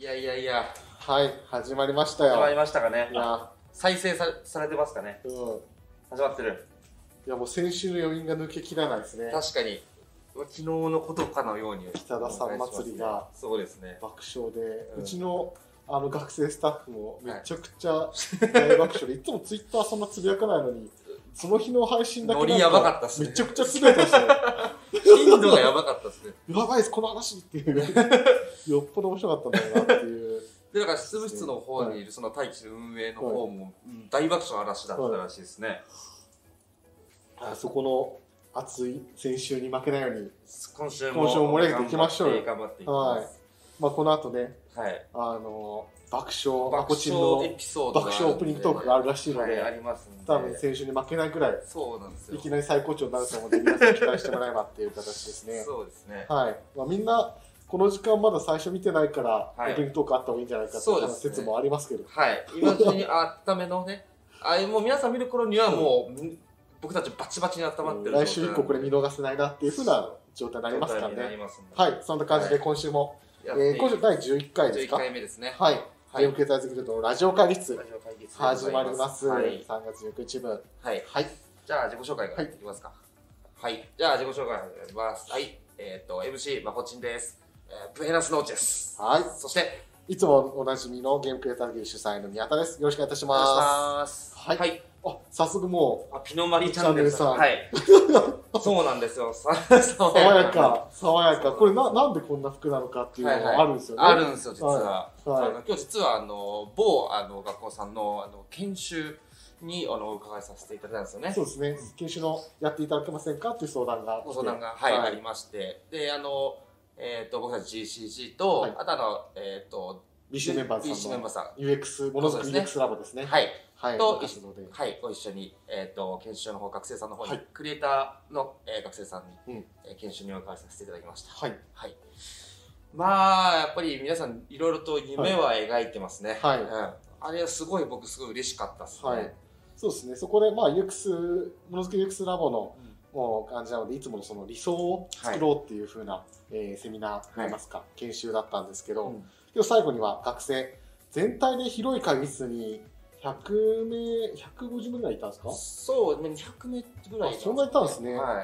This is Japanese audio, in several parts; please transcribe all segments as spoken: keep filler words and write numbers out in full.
やいやいや。 はい、始まりましたよ。 始まりましたかね。 いや、 再生さされてますかね。 うん。 始まってる。 いや、もう先週の余韻が抜けきらないですね。 確かに。昨日のことかのように。 北田さん祭りが、 そうですね。 爆笑で、 うん、 うちのあの学生スタッフもめちゃくちゃ大爆笑で、いつもツイッターそんなつぶやかないのに、その日の配信だけノリやばかったっすね。 めちゃくちゃつぶやいてましたね。 頻度がやばかったっすね。 やばいです、この話っていう。よっぽど面白かったんだろうなっていう。 で、だから執務室の方にいるその待機運営の方も大爆笑嵐だったらしいですね。 はい、あそこの熱い先週に負けないように、 今週も盛り上げていきましょうよ。 頑張っていきます。はい。 まあこの後ね、 はい、 あの爆笑爆笑エピソード爆笑オープニングトークがあるらしいので、 はい、ありますんで、 多分先週に負けないぐらい、 そうなんですよ。 いきなり最高潮になると思うので、皆さん期待してもらえばっていう形ですね。 そうですね。 はい。まあみんなこの時間まだ最初見てないから、はい、オープニングトークあった方がいいんじゃないかっていう説もありますけど、 はい。今中にあっためのね、あもう皆さん見る頃にはもう、うん、僕たちバチバチに温まってる、 うん、来週以降これ見逃せないなっていうふうな状態になりますからね。はい。そんな感じで今週も、はい、えー、今週だいじゅういっかいですか。 じゅういっかいめですね。 はい。ゲーム経済作りのラジオ会議室始まります。 はい、 さんがつじゅうくにちぶん。 はい。はい。じゃあ自己紹介からいきますか。はい。はい、じゃあ自己紹介やります。はい。えっ、ー、と エムシー まこちんです。えー、ブエナスノーチェス。はい。そしていつもおなじみのゲームクリエイターズ主催の宮田です。よろしくお願いいたします。 お願いします。 はい。はい、あ、早速もうあピノマリチャンネルさん。はい。そうなんですよ。爽やか、爽やか。これな、なんでこんな服なのかっていうのがあるんですよね。 はいはい、あるんですよ、実は。はい、あの今日実は、あの、某、あの、学校さんの、あの、研修に、あの、お伺いさせていただいたんですよね。 そうですね。研修のやっていただけませんかっていう相談が。 ご相談が、はい、はい、ありまして。で、あの、えっ、ー、と、僕たち ジーシージー と、はい、あとあの、えっ、ー、と、 ビーシー メンバーさんのビーシー メンバーさんユーエックス、ものづくり ユーエックス ラボですね。 はい。 はい。 と、はい、ご一緒に、えっ、ー、と、研修の方、学生さんの方に、はい、クリエイターの、えー、学生さんに、うんえー、研修にお伺いさせていただきました。はい。はい。まあ、やっぱり皆さん、いろいろと夢は描いてますね。はい。うん、あれはすごい、僕、すごい嬉しかったですね。はい。 そうですね。そこで、まあ、ユーエックス、ものづくり ユーエックス ラボの、うんもう感じなのでいつものその理想を作ろうっていう風な、はいえー、セミナーといいますか、はい、研修だったんですけど、うん、今日最後には学生全体で広い会議室にひゃくめいひゃくごじゅうめいぐらいいたんですか。 そうねにひゃくめいぐらいいたんですね。 そんなにいたんですね。はい、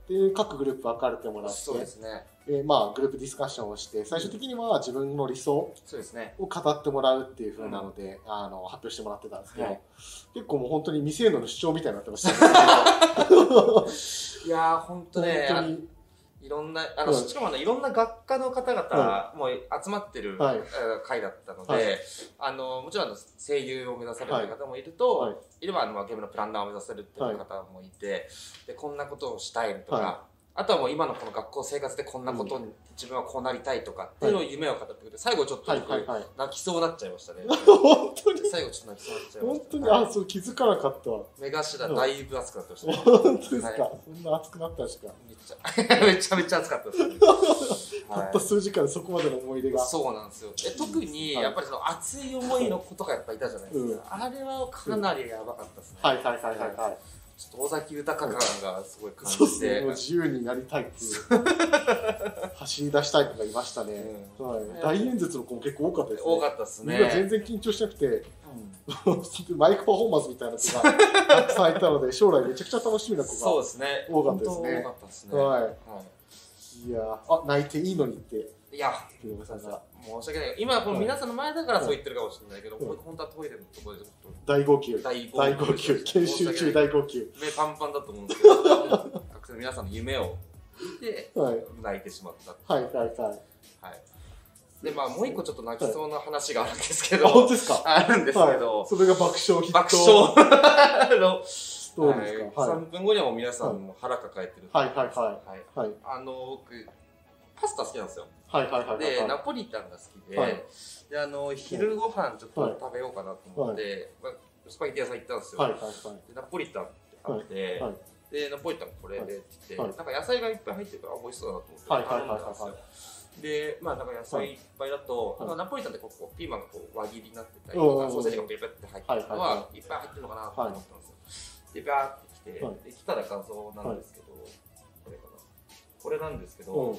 で各グループ分かれてもらってそうですね。 えー、まあグループディスカッションをして最終的には自分の理想を語ってもらうっていう風なので、うん、あの発表してもらってたんですけど、はい、結構もう本当に未成年の主張みたいになってましたね。 いやー本当ね本当にいろんなあの、うん、しかもねいろんな学科の方々も集まってる、はい、会だったので、はい、あのもちろん声優を目指される方もいると、はい、いればあのゲームのプランナーを目指せるっていう方もいて、でこんなことをしたいとか。はいあとはもう今のこの学校生活でこんなことに自分はこうなりたいとかっていうのを夢を語ってくれて最後ちょっと僕泣きそうになっちゃいましたね。 本当に最後ちょっと泣きそうになっちゃいました。 本当にあそう気づかなかったわ。 目頭だいぶ熱くなってましたね。 本当ですか。そんな熱くなったんですか。 めっちゃめちゃめちゃ熱かったですね。 たった数時間でそこまでの思い出が。 そうなんですよ。え特にやっぱりその熱い思いの子とかやっぱいたじゃないですか。あれはかなりやばかったですね。 はいはいはいはいはい。 ちょっと尾崎豊感がすごい感じて、 そうですね、もう自由になりたいっていう走り出したいとかいましたね、うんはい、大演説の子も結構多かったですね。 多かったですね。 みんな全然緊張しなくて、うん、マイクパフォーマンスみたいな子がたくさんいたので将来めちゃくちゃ楽しみな子が多かったですね。 そうですね。多かったですね。 はい。はい、いやあ泣いていいのにって。 いや、申し訳ない。今この皆さんの前だからそう言ってるかもしれないけど、本当はトイレのところで大号泣。大号泣。研修中大号泣。 目パンパンだと思うんですけど、学生の皆さんの夢を見て泣いてしまった。 はいはいはい。はい。 でまあもう一個ちょっと泣きそうな話があるんですけど、 本当ですか。 あるんですけど、 それが爆笑ヒット。 爆笑のストーリーですか。 さんぷんごにはもう皆さんも腹抱えてる。 はいはいはいはい。 あの僕パスタ好きなんですよ。 はいはいはい、 でナポリタンが好きで、はい、であの昼ご飯ちょっと食べようかなと思って、はいまあ、スパゲティ屋さん行ったんですよ。はいはいはい、でナポリタンってあって、はいはい、でナポリタンこれでって言って、はい、なんか野菜がいっぱい入ってるから美味しそうだなと思って頼んだんですよ。でまあなんか野菜いっぱいだと、はい、なんかナポリタンってこうピーマンがこう輪切りになってたりとか、ソーセージがペペって入ってるのはいっぱい入ってるのかなと思ったんですよ。でバーってきて、はい、で来たら画像なんですけど、はい、これかなこれなんですけど。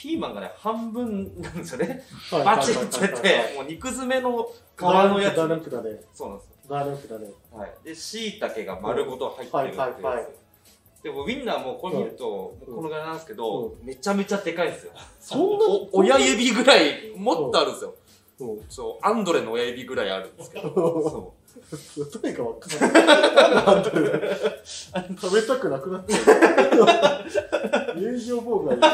ピーマンがね、半分なんですよね。バチッてて、もう肉詰めの皮のやつ。 ガーナックだね。 そうなんですよ。 ガーナックだね。 はい。で、椎茸が丸ごと入ってるっていうやつ。でもウィンナーもこれ見ると、このぐらいなんですけど、めちゃめちゃでかいんですよ。 そんなに親指ぐらい、もっとあるんですよ。そう、アンドレの親指ぐらいあるんですけど。そう。 どれかわかんない。アンドレ食べたくなくなっちゃう。営業妨害。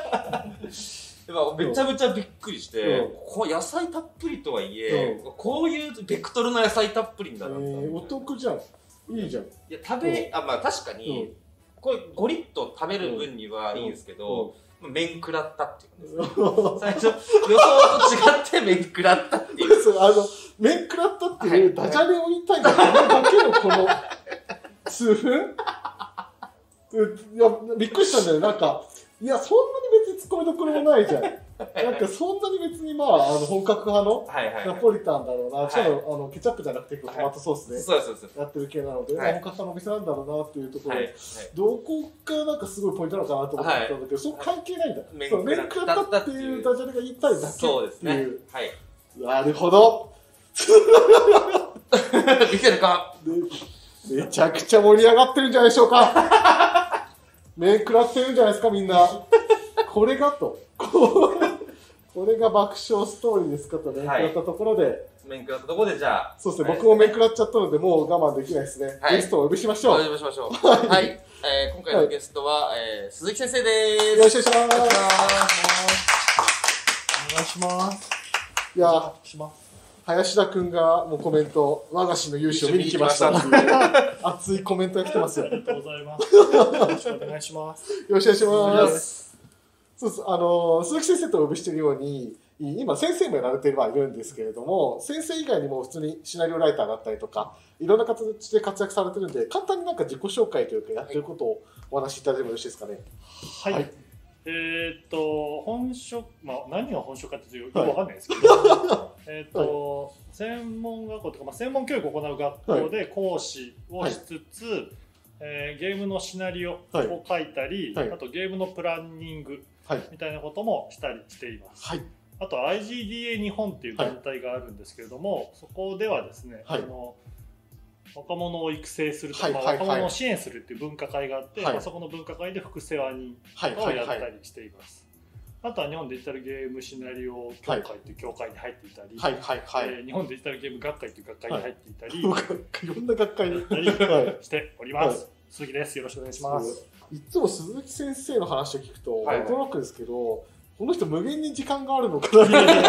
めちゃめちゃびっくりして、こう野菜たっぷりとはいえ、こういうベクトルの野菜たっぷりんだな。 お得じゃん。いいじゃん。いや、食べ、あ、まあ確かに、これゴリッと食べる分にはいいんですけど、麺食らったっていうですね。最初、予想と違って麺食らったっていう。 そう、あの、麺食らったっていうダジャレを言いたいんだけど、この数分いや、びっくりしたんだよ。なんか、いや、そんなに別に突っ込みどころもないじゃん。なんか、そんなに別にまあ、あの、本格派のナポリタンだろうな。しかも、あの、ケチャップじゃなくて、トマトソースでやってる系なので、本格派のお店なんだろうなっていうところで、どこがなんかすごいポイントなのかなと思ったんだけど、そこ関係ないんだ。そう、麺食らったっていうダジャレが言いたいだけっていう。そうですね。なるほど。 見てるかめちゃくちゃ盛り上がってるんじゃないでしょうか。麺食らってるんじゃないですか、みんな。これがと。これが爆笑ストーリーですかと麺食らったところで。 麺食らったところで、じゃあ。 そうですね、僕も麺食らっちゃったので、もう我慢できないですね。ゲストをお呼びしましょう。 お呼びしましょう。はい。今回のゲストは、鈴木先生です。 よろしくお願いします。お願いします。いや、林田くんがもうコメント、我が市の優勝を見に来ましたっていう熱いコメントが来てますよ。 ありがとうございます。よろしくお願いします。 よろしくお願いします。そうです。あの、鈴木先生とお呼びしているように、今先生もやられてはいるんですけれども、先生以外にも普通にシナリオライターだったりとか、いろんな形で活躍されてるんで、簡単になんか自己紹介というかやってることをお話しいただいてもよろしいですかね。 はい。はい、えっと、本職、まあ何が本職かっていうとよくわかんないですけど、はい、えっと、はい、専門学校とか、まあ、専門教育を行う学校で講師をしつつ、はい、えー、ゲームのシナリオを書いたり、はい、あとゲームのプランニングみたいなこともしたりしています。はい、あと アイジーディーエー 日本っていう団体があるんですけれども、はい、そこではですね、はい、あの若者を育成するとか、はいはいはい、若者を支援するっていう分科会があって、はい、まあ、そこの分科会で副世話人をやったりしています。あとは日本デジタルゲームシナリオ協会という協会に入っていたり、はいはいはい、えー、日本デジタルゲーム学会という学会に入っていたり、 はい、いろんな学会にしております。はい、鈴木です。よろしくお願いします。 いつも鈴木先生の話を聞くと驚くんですけど、はいはい、この人無限に時間があるのかな。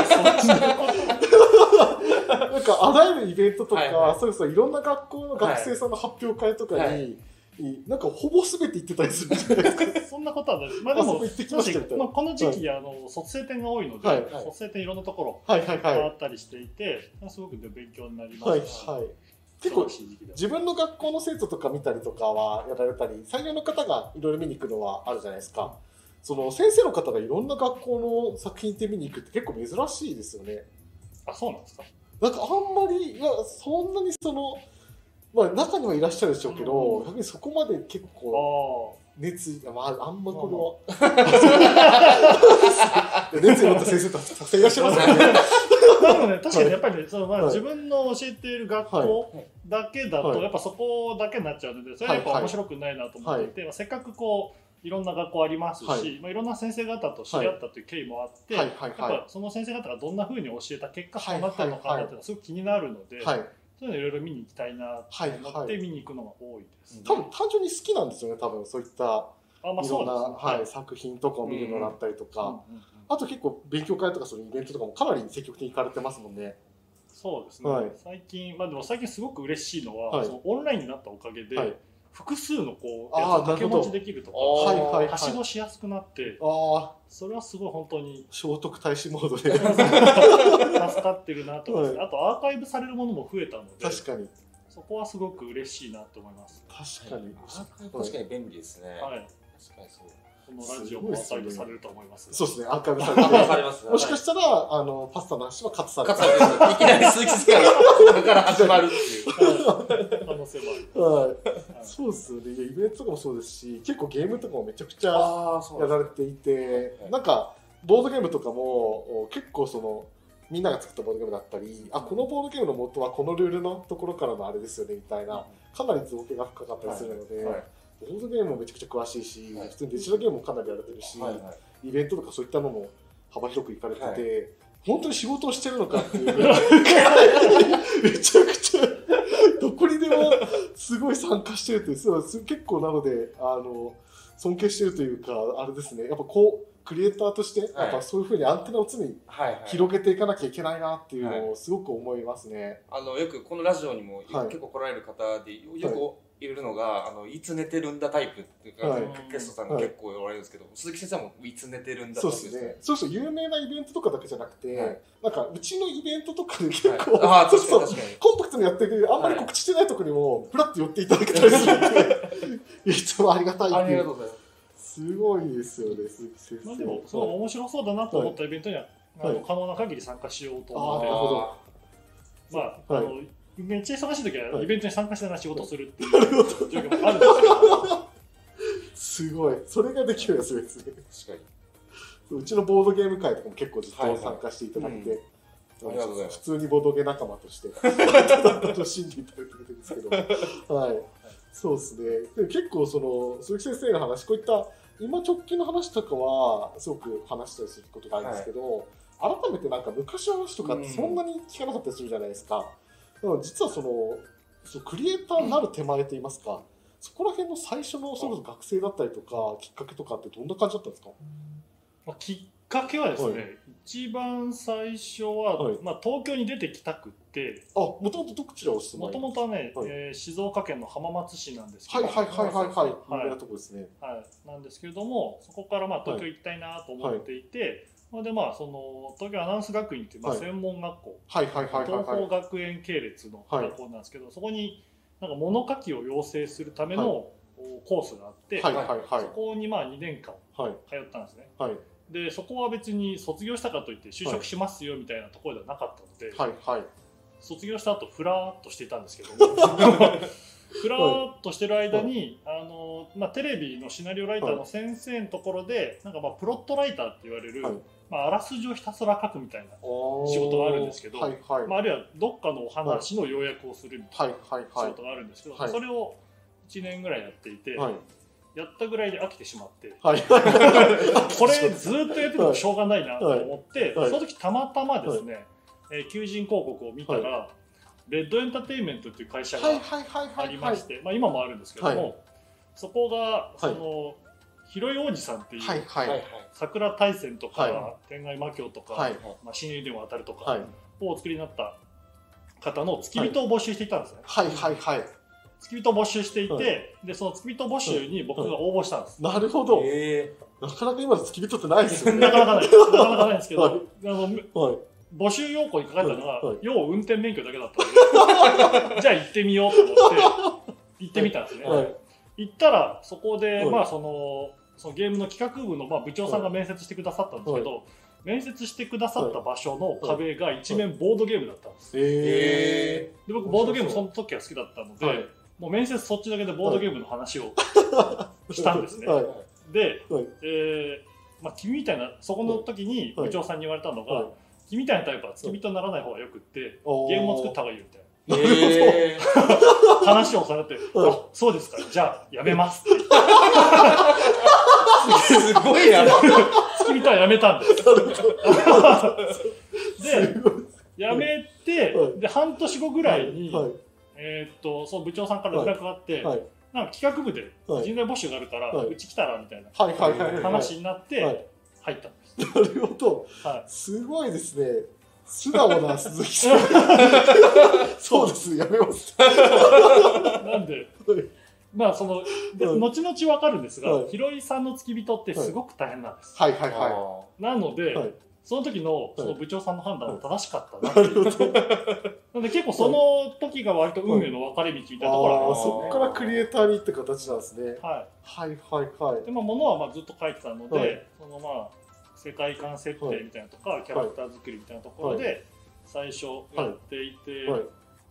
なんかあらゆるイベントとか、はいはい、それこそいろんな学校の学生さんの発表会とかに、はいはい、なんかほぼ全て行ってたりするじゃないですか。 そんなことはないです。まあでも、まあ、この時期、はい、あの卒生展が多いので、はいはい、卒生展いろんなところがあったりしていて、すごく勉強になります。はいはい、 結構自分の学校の生徒とか見たりとかはやられたり、採用の方がいろいろ見に行くのはあるじゃないですか。その先生の方がいろんな学校の作品って見に行くって結構珍しいですよね。 あ、そうなんですか。 なんかあんまり、いや、そんなにその、まあ中にはいらっしゃるでしょうけど、逆にそこまで結構熱意、まああんまこれは。熱意を持った先生たちたくさんいらっしゃいますよね。 でもね、確かにやっぱりね、そのまあ自分の教えている学校だけだと、やっぱそこだけになっちゃうので、それはやっぱ面白くないなと思っていて、まあせっかくこう、いろんな学校ありますし、はい、まあ、いろんな先生方と知り合ったという経緯もあって、はいはいはいはい、やっぱその先生方がどんなふうに教えた結果そうなったのかなっていうのはすごく気になるので、はいはい、そういうのいろいろ見に行きたいなと思って見に行くのが多いですね。 多分単純に好きなんですよね、多分そういったいろんな、はい、作品とかを見るのだったりとか、うんうんうん、あと結構勉強会とかそういうイベントとかもかなり積極的に行かれてますもんね。 そうですね、はい、最近、まあでも最近すごく嬉しいのは、はい、そのオンラインになったおかげで、はい、複数のこうやつを掛け持ちできるとか、はしごしやすくなって、あ、それはすごい本当に聖徳太子モードで助かってるなと思います、はい、あとアーカイブされるものも増えたので、 確かにそこはすごく嬉しいなと思います。 確かに、 アーカイブ確かに便利ですね。はい、確かにそう。 このラジオもアーカイブされると思います。 そうですね、アーカイブされて、もしかしたらあのパスタの話はカットされて、いきなり鈴木先生から始まるっていう可能性もある。はい、そうですよね。イベントとかもそうですし、結構ゲームとかもめちゃくちゃやられていて、なんかボードゲームとかも結構そのみんなが作ったボードゲームだったり、あ、このボードゲームの元はこのルールのところからのあれですよねみたいな、かなり造形が深かったりするので、はいはい、ボードゲームもめちゃくちゃ詳しいし、はい、普通にデジタルゲームもかなりやられてるし、はいはい、イベントとかそういったのも幅広く行かれてて、はい、本当に仕事をしてるのかっていうぐらいめちゃくちゃどこにでもすごい参加してるってそう結構なのであの尊敬してるというかあれですね、やっぱこうクリエイターとしてやっぱそういうふうにアンテナを常に広げていかなきゃいけないなっていうのをすごく思いますね。 はい、あのよくこのラジオにも結構来られる方でよくいるのが、はい、あのいつ寝てるんだタイプっていうか、はい、ゲストさんが結構おられるんですけど、はい、鈴木先生もいつ寝てるんだタイプですね。そうですね。 そうそう、有名なイベントとかだけじゃなくて、はい、なんかうちのイベントとかで結構、はい、あそうそうコンパクトにやってるあんまり告知してないところにもフラッと寄っていただけたりするので、いつもありがたいっていう。ありがとうございます。すごいですよね、鈴木先生。 まあでもその面白そうだなと思ったイベントには、はい、あの可能な限り参加しようと思って、あなるほど。まあ、はい、あのめっちゃ忙しい時はイベントに参加しながら仕事するっていう状況もあるんですけど、 すごい、それができるやつですね。確かに。うちのボードゲーム会とかも結構ずっと参加していただいて、普通にボードゲー仲間として楽しんでいただいてるんですけど、はい、そうですね。で結構その鈴木先生の話、こういった今直近の話とかはすごく話したりすることがあるんですけど、はい、改めてなんか昔の話とかってそんなに聞かなかったりするじゃないですか。うん、実はそのそのクリエイターになる手前といいますか、そこら辺の最初のそれこそ学生だったりとかきっかけとかってどんな感じだったんですか？ まあ、きっかけはですね、はい、一番最初は、はい、まあ、東京に出てきたくって、 あ、もともとどちらお住まい？ もともとはね、はい、えー、静岡県の浜松市なんですけど、 はいはいはいはいはい、有名なとこですね。 はい、なんですけれども、そこからまあ東京行きたいなと思っていて、はい、でまあその東京アナウンス学院っていうまあ専門学校、東邦学園系列の学校なんですけど、はい、そこになんか物書きを養成するための、はい、コースがあって、はいはいはい、そこにまあにねんかん通ったんですね。はいはい、でそこは別に卒業したからといって就職しますよみたいなところではなかったので、はいはい、卒業した後フラーっとしていたんですけどもフラーっとしてる間に、はい、あのまあ、テレビのシナリオライターの先生のところでなんかまあプロットライターって言われる、はい、まあ、あらすじをひたすら書くみたいな仕事があるんですけど、はいはい、まあ、あるいはどっかのお話の要約をするみたいな仕事があるんですけど、はいはいはい、それをいちねんぐらいやっていて、はい、やったぐらいで飽きてしまって、はい、これずっとやっててもしょうがないなと思って、はいはい、その時たまたまですね、はい、えー、求人広告を見たら、はい、レッドエンターテインメントっていう会社がありまして、まあ、今もあるんですけども、はい、そこがその、はい、広い王子さんっていう、はいはい、桜大戦とか、はい、天外魔境とか、はい、まあ、新入でも当たるとか、はい、をお作りになった方の付き人を募集していたんですね。はいはいはい、付き人を募集していて、はい、でその付き人募集に僕が応募したんです。 はいはい、なるほど。なかなか今の付き人ってないですよね。 なかなかない。なかなかないんですけど、はい、あの、はい、募集要項に書かれたのが、はい、要運転免許だけだったので、じゃあ行ってみようと思って行ってみたんですね。はい、行ったらそこで、はい、まあそのそのゲームの企画部のまあ部長さんが面接してくださったんですけど、はい、面接してくださった場所の壁が一面ボードゲームだったんです。はいはい、で僕ボードゲームその時は好きだったので、はい、もう面接そっちだけでボードゲームの話をしたんですね。はい、で、はい、えーまあ、君みたいなそこの時に部長さんに言われたのが、はいはい、君みたいなタイプは付き人にならない方がよくって、はい、ゲームを作った方がいいみたいな。えー、話をされて、はい、あ、そうですか、じゃあやめますってすごいな。 付き人はやめたんです。で、やめて、はい、で半年後ぐらいに、はいはい、えー、っとその部長さんから連絡があって、はい、なんか企画部で人材募集があるから、はい、うち来たらみたいな話になって入ったんです。 なるほど、はい、すごいですね。素直な鈴木さん。そうです、やめます。 なんで、はい、まあその、で後々わかるんですが、はい、ひろいさんの付き人ってすごく大変なんです。 はいはいはい。 なので、はい、その時のその部長さんの判断は正しかったなっていう。なので結構その時が割と運命の分かれ道みたいなところがありますよね。 そこからクリエイターにって形なんですね。はい。はいはいはい。 でまあ物はまあずっと書いてたので、はい、そのまあ世界観設定みたいなとか、はい、キャラクター作りみたいなところで最初やっていて、はいはい、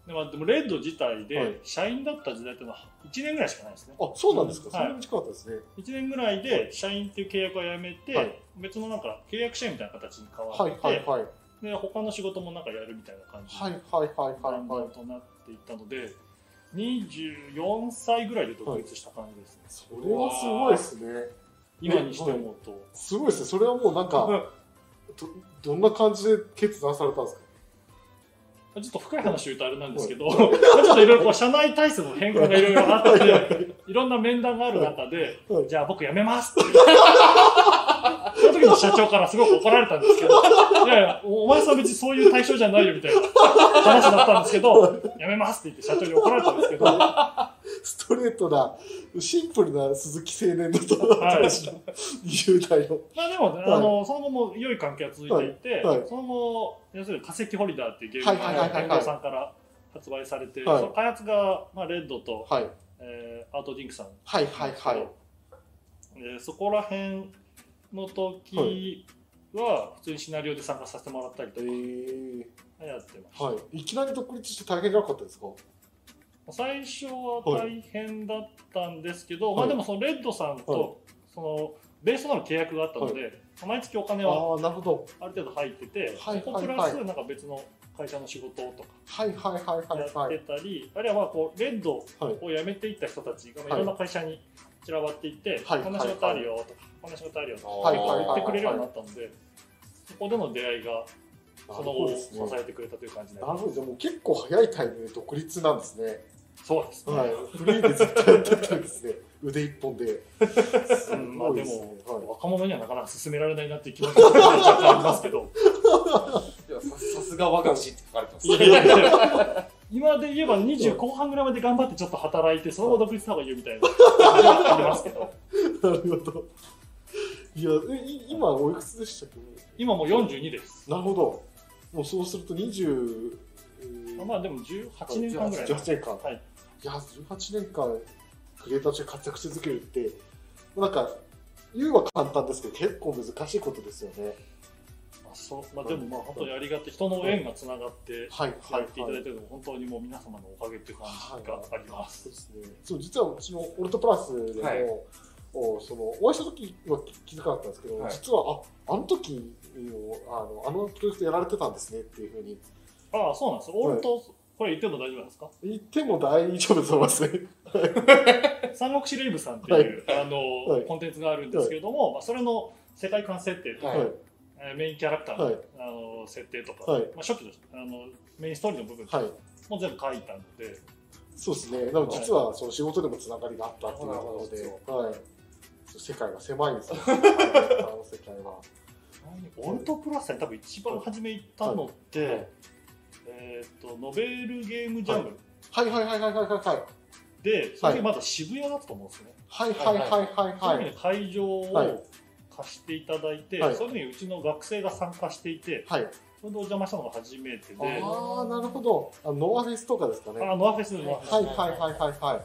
でもでもレッド自体で社員だった時代っていうのはいちねんぐらいしかないですね。 あ、そうなんですか。 はい、 そんな短かったですね。 いちねんぐらいで社員っていう契約をやめて、はい、別のなんか契約社員みたいな形に変わって、はいはいはい、で他の仕事もなんかやるみたいな感じでだんだんとなっていったので、にじゅうよんさいぐらいで独立した感じですね。 はい、それはすごいですね。 今にして思うと、 すごいですね。それはもうなんかど, どんな感じで決断されたんですか？ ちょっと深い話を言うとあれなんですけど、ちょっといろいろ社内体制の変化がいろいろあって、いろんな面談がある中で、じゃあ僕辞めますって。その時の社長からすごく怒られたんですけど、いやいや、お前さん別にそういう対象じゃないよみたいな話だったんですけど、辞めますって言って社長に怒られたんですけど、 ストレートな、シンプルな鈴木青年のと話のにじゅう代を。 まあでも、はい、あのその後も良い関係が続いていて、はいはい、その後、要するに化石ホリダーっていうゲームが遠藤さんから発売されて、はい、その開発が、まあ、レッドと、はいえー、アートジンクさんはいはいはい、 でそこら辺の時は普通にシナリオで参加させてもらったりとかやってました、 はい、いきなり独立して大変じゃなかったですか？ 最初は大変だったんですけど、はい、まあでもそのレッドさんと、はい、そのベースとなる契約があったので、はい、毎月お金はある程度入ってて、そこプラスなんか別の会社の仕事とかやってたり、あるいはまあこうレッドを辞めていった人たちがいろんな会社に散らばっていって、はい、こんな仕事あるよとか、こんな仕事あるよとか言ってくれるようになったので、そこでの出会いがその後支えてくれたという感じになります。 なるほど、もう結構早いタイミングで独立なんですね。 そうですね。 はい、フリーでずっとやってたんですね。腕一本で。 うん、まあでも、はい、若者にはなかなか勧められないなっていう気持ちが若干ありますけど。 いや、さ、さすが我が師って書かれてます。 いやいやいや今で言えばにじゅう後半ぐらいまで頑張ってちょっと働いて、その後独立した方がいいよみたいな感じはありますけど。 なるほど。いや、今おいくつでしたっけ？ 今もうよんじゅうにです。 なるほど。もうそうするとにじゅう、 えー、まあでもじゅうはちねんかんぐらい。 じゅうはちねんかん。 はい。 いや、じゅうはちねんかんクリエイターとして活躍し続けるって、なんか、言うは簡単ですけど、結構難しいことですよね。 まあそうまあ、でもまあ本当にありがて、人の縁がつながってやっていただいてるのも本当にもう皆様のおかげっていう感じがあります。 そうですね。そう、実はうちのオルトプラスでも、はい、おそのお会いした時は気づかなかったんですけど、はい、実はああの時あのあのプロジェクトやられてたんですねっていうふうに。 ああ、そうなんです。オルト、はい、これ言っても大丈夫なんですか？ 言っても大丈夫だと思いますね。 三国志レイブさんっていう、はい、あの、はい、コンテンツがあるんですけれども、はいまあ、それの世界観設定とか、はい、メインキャラクターの、はい、あの設定とか、はいまあ、初期のあのメインストーリーの部分とかも全部書いたので、はい、 そうですね。でも実はその仕事でもつながりがあったっていうことで、はい、世界が狭いんですよ。あの世界は。 オルトプラスに多分一番初め行ったのって、はいはいえっとノベルゲームジャム、 はい、はいはいはいはいはいはいで、それまだ渋谷だったと思うんですよね。 はいはいはいはいはい。 その時に会場を貸していただいて、はい、その時にうちの学生が参加していて、はい、それでお邪魔したのが初めてで。 ああなるほど。あノアフェスとかですかね。 あノアフェスノアフェス。 はいはいはいはいはい。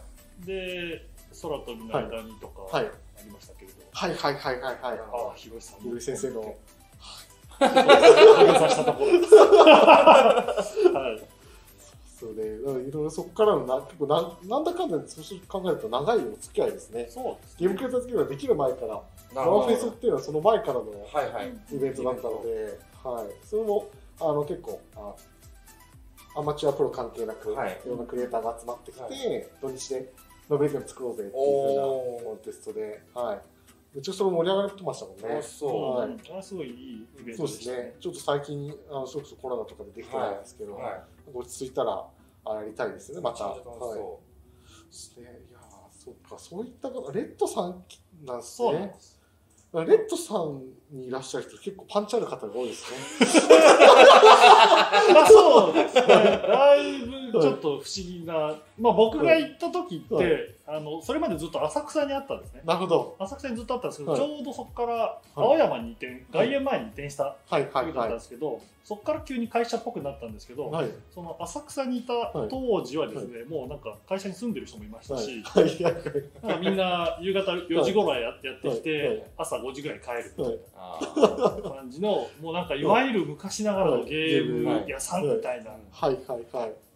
で空飛びの間にとかありましたけれど。 はいはいはいはいはい。 あひろしさん。 ひろし先生の。 さしたところです。はい。 そうね、いろいろそこからのな結構ななんだかんだそう考えると長いお付き合いですね。 そうですね。 ゲームクリエイター付き合いができる前から、ノアフェスっていうのはその前からのイベントだったので、はい、はい、それもあの結構あアマチュアプロ関係なく、はい、いろんなクリエイターが集まってきて、はい、土日でノベルゲーム作ろうぜっていう風なコンテストで、はい。めっちゃそれ盛り上がってましたもんね。 そう。はい、あれすごいいいイベントでしたね。 そうですね。ちょっと最近あのそれこそコロナとかでできてないんですけど、はいはい、落ち着いたらあやりたいですね。また。はい。そうね。いやそっかそういったレッドさんなんですね。そうなんです。レッドさんにいらっしゃる人結構パンチある方が多いですね。 まあそうですね。だいぶちょっと不思議な、はい、まあ僕が行った時って、はいあのそれまでずっと浅草にあったんですね。 なるほど。 浅草にずっとあったんですけど、はい、ちょうどそこから青山に移転、はい、外苑前に移転した時だったんですけど、はいはいはい、そこから急に会社っぽくなったんですけど、はい、その浅草にいた当時はですね、はい、もうなんか会社に住んでる人もいましたし、はいはいはい、なんかみんな夕方よじ頃やってきて、はいはい、朝ごじぐらいに帰るみたいな感じの、もうなんかいわゆる昔ながらのゲーム屋さんみたいな。 はいはいはい。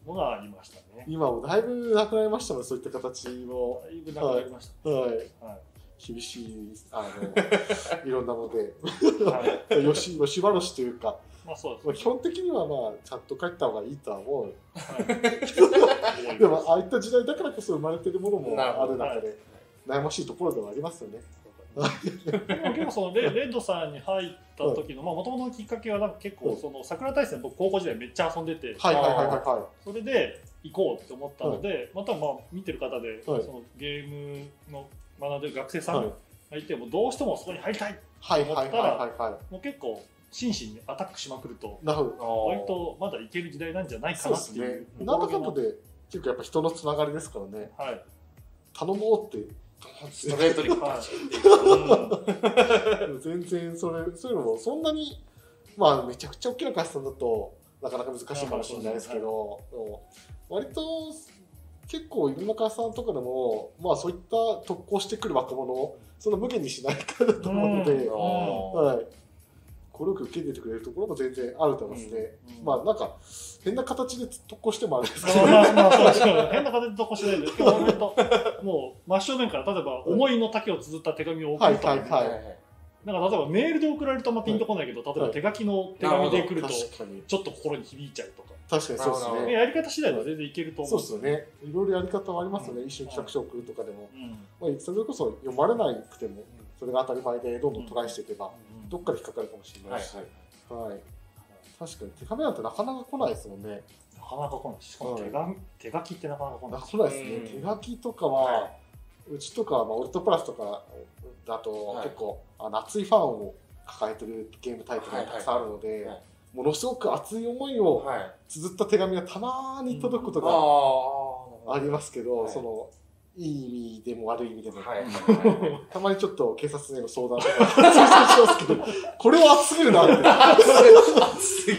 のがありましたね。 今もだいぶなくなりましたもん、そういった形も。 だいぶなくなりました。 はい。はいはい厳しい、あの、いろんなので、はい、よし、よしばろしというか、 まあそうです、 まあ、基本的にはまあ、ちゃんと帰った方がいいとは思う。はい、でも、ああいった時代だからこそ生まれてるものもある中で、悩ましいところではありますよね。 でも結構そのレレッドさんに入った時のもともとのきっかけはなんか結構その桜大戦僕高校時代めっちゃ遊んでて、 はいはいはいはいはい、 それで行こうって思ったので、はい、またまあ見てる方で、 はい、 そのゲームの学んでる学生さんがいてもどうしてもそこに入りたいと思ったらもう結構真摯にアタックしまくると割とまだいける時代なんじゃないかなっていう。 なんだかんだで結構やっぱ人のつながりですからね、はい、頼もうってストレートにパンチってうん、全然それそういうのもそんなにまあめちゃくちゃ大きな会社さんだとなかなか難しいかもしれないですけど、割と結構いろんな会社さんとかでもまあそういった特攻してくる若者をその無限にしないからだと思うので、うんはい、これよく受け入れてくれるところも全然あると思いますね、うんうん、まあなんか変な形で特攻してもあれですけど、 まあまあそうですけど変な形で特攻しないですけどもう真正面から例えば思いの丈を綴った手紙を送るとか、ね、はいはいはい、なんか例えばメールで送られるとあんまピンとこないけど、例えば手書きの手紙で来るとちょっと心に響いちゃうとか。 確かにそうですね。 やり方次第では全然いけると思う。 そうですよね。いろいろやり方はありますよね。一瞬企画書を送るとかでも、まあそれこそ読まれなくてもそれが当たり前でどんどんトライしていけばどっかで引っかかるかもしれないし、はい。確かに手紙なんてなかなか来ないですもんね。 なかなか来ない。しかも手紙手書きってなかなか来ない。 来ないですね。手書きとかはうちとかまあオルトプラスとかだと結構あの熱いファンを抱えてるゲームタイトルがたくさんあるので、ものすごく熱い思いを綴った手紙がたまに届くことがありますけど、そのいい意味でも悪い意味でも、たまにちょっと警察への相談とかしますけど、これは熱すぎるなって、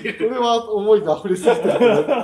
これは思いが溢れすぎてるから、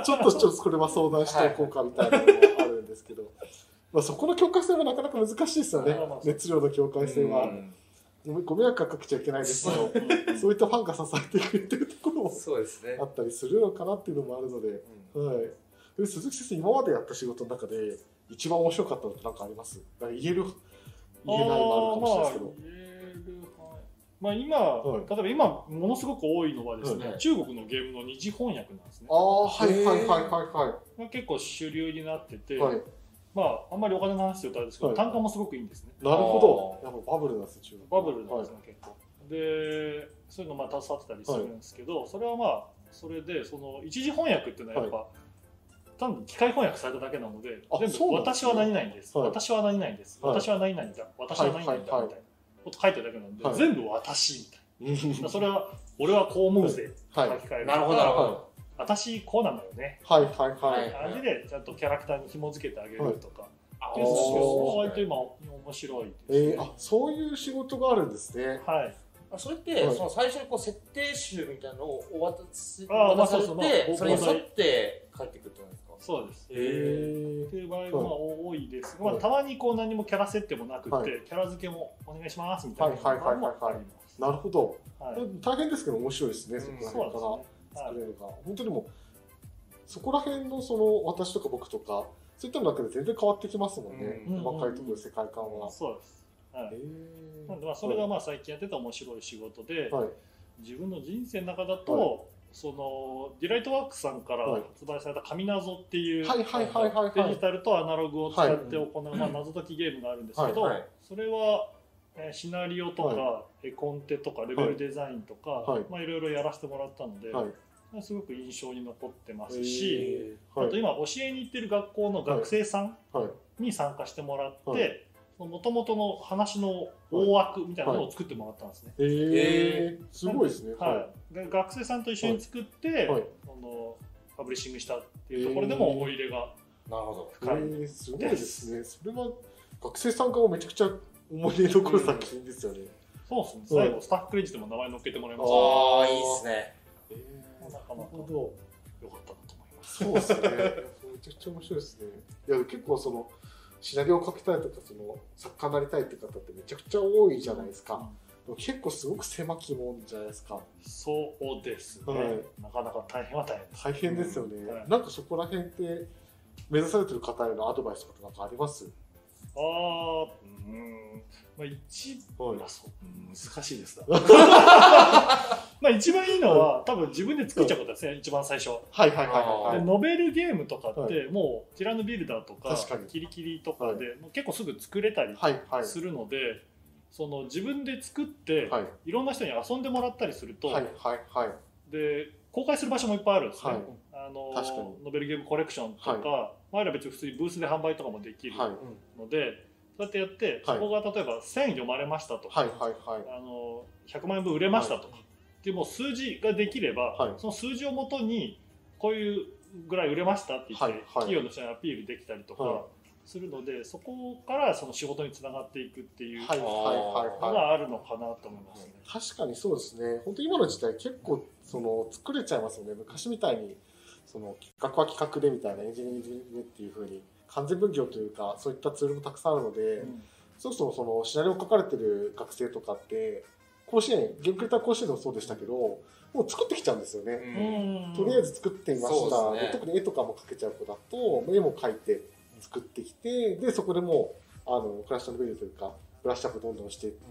ちょっとちょっとこれは相談しておこうかみたいなのもあるんですけど、まあそこの境界線はなかなか難しいですよね、熱量の境界線は。ご迷惑はかけちゃいけないですけど、そういったファンが支えてくれてるところもあったりするのかなっていうのもあるので、はい。で鈴木先生、今までやった仕事の中で一番面白かったのって何かあります？言える、言えないもあるかもしれないですけど。 まあ今、はい、例えば今ものすごく多いのはですね、はい、中国のゲームの二次翻訳なんですね。 ああ、はいはいはいはいはい。 結構主流になってて、 はい、 まああんまりお金の話するとあれですけど、はい、単価もすごくいいんですね。 なるほど。やっぱバブルなんですよ、中国。 バブルなんですね、はい、結構。で、そういうのまあ携わってたりするんですけど、はい、それはまあそれでその一次翻訳っていうのはやっぱ、はい、単に機械翻訳されただけなので、全部私は何々です、はい、私は何々です、はい、私は何々だ、私は何々だみたいなこと書いてるだけなので、はい、全部私みたいな。それは俺はこう思うぜって書き換える。 なるほどなるほど。 私こうなんだよね。 はいはいはい。 感じでちゃんとキャラクターに紐付けてあげるとか。っていうのが割と今面白いですね。 えー、あ、そういう仕事があるんですね。 はい。 それって、はい、その最初にこう設定集みたいなのをお渡し渡されて、それに沿って書いていくってことですか？ そうです。へえ。っていう場合が多いですが、まあたまにこう何もキャラ設定もなくて、はい、キャラ付けもお願いしますみたいなのもあります。 なるほど。はい、大変ですけど面白いですね。そこら辺から作れるか。本当にもそこら辺のその私とか僕とかそういったのだけで全然変わってきますもんね。細かいところ世界観は。 そうです。はい、なんでまあそれがまあ最近やってた面白い仕事で、はい、自分の人生の中だと、はい、そのディライトワークさんから発売された神謎っていうデジタルとアナログを使って行う、はい、まあ謎解きゲームがあるんですけど、はい、それはシナリオとか、はい、絵コンテとかレベルデザインとか、はい、まあいろいろやらせてもらったので、はい、すごく印象に残ってますし、はい、あと今教えに行ってる学校の学生さんに参加してもらって、はいはい、もともとの話の大枠みたいなのを作ってもらったんですね。 へ、はい、えー、すごいですね。 はい、学生さんと一緒に作って、はいはい、あのパブリッシングしたっていうところでも思い入れが深い、 えー、すごいですね。それは学生さんからめちゃくちゃ思い出に残る作品ですよね。 うん、そうですね。最後スタッフクレジットも名前載っけてもらいました。 ああ、いいですね。 えー、なかなか良かったなと思います。 そうですね。めちゃくちゃ面白いですね。いや結構そのシナリオを書きたいとかその作家になりたいって方ってめちゃくちゃ多いじゃないですか。 結構すごく狭きもんじゃないですか。 そうですね、はい、なかなか大変は大変です。 大変ですよね、うんはい、なんかそこら辺って目指されてる方へのアドバイスとかなんかあります？ ああ、うん、まあ一番、まあ、そう難しいですな。まあ一番いいのは多分自分で作っちゃうことですね、一番最初。 はいはいはいはい。 でノベルゲームとかってもうティラノビルダーとかキリキリとかでもう結構すぐ作れたりするので、その自分で作っていろんな人に遊んでもらったりすると、で公開する場所もいっぱいあるんですね。あのノベルゲームコレクションとか、前ら別に普通にブースで販売とかもできるので、そうやってやってそこが例えばせん読まれましたとか、あのひゃくまんえんぶん売れましたとかっていうもう数字ができれば、その数字をもとにこういうぐらい売れましたって言って企業の人にアピールできたりとかするので、そこからその仕事につながっていくっていうのがあるのかなと思いますね。 確かにそうですね。本当今の時代結構その作れちゃいますよね。昔みたいにその企画は企画でみたいなエンジニアリングっていう風に完全分業というかそういったツールもたくさんあるので、うん、そもそもそのシナリオを書かれてる学生とかって甲子園ゲームクリエイター甲子園でもそうでしたけど、もう作ってきちゃうんですよね。うん、とりあえず作ってみました。ね、特に絵とかも描けちゃう子だと絵も描いて作ってきて、でそこでもうあのクラッシュ&ベルというかブラッシュアップどんどんしていって、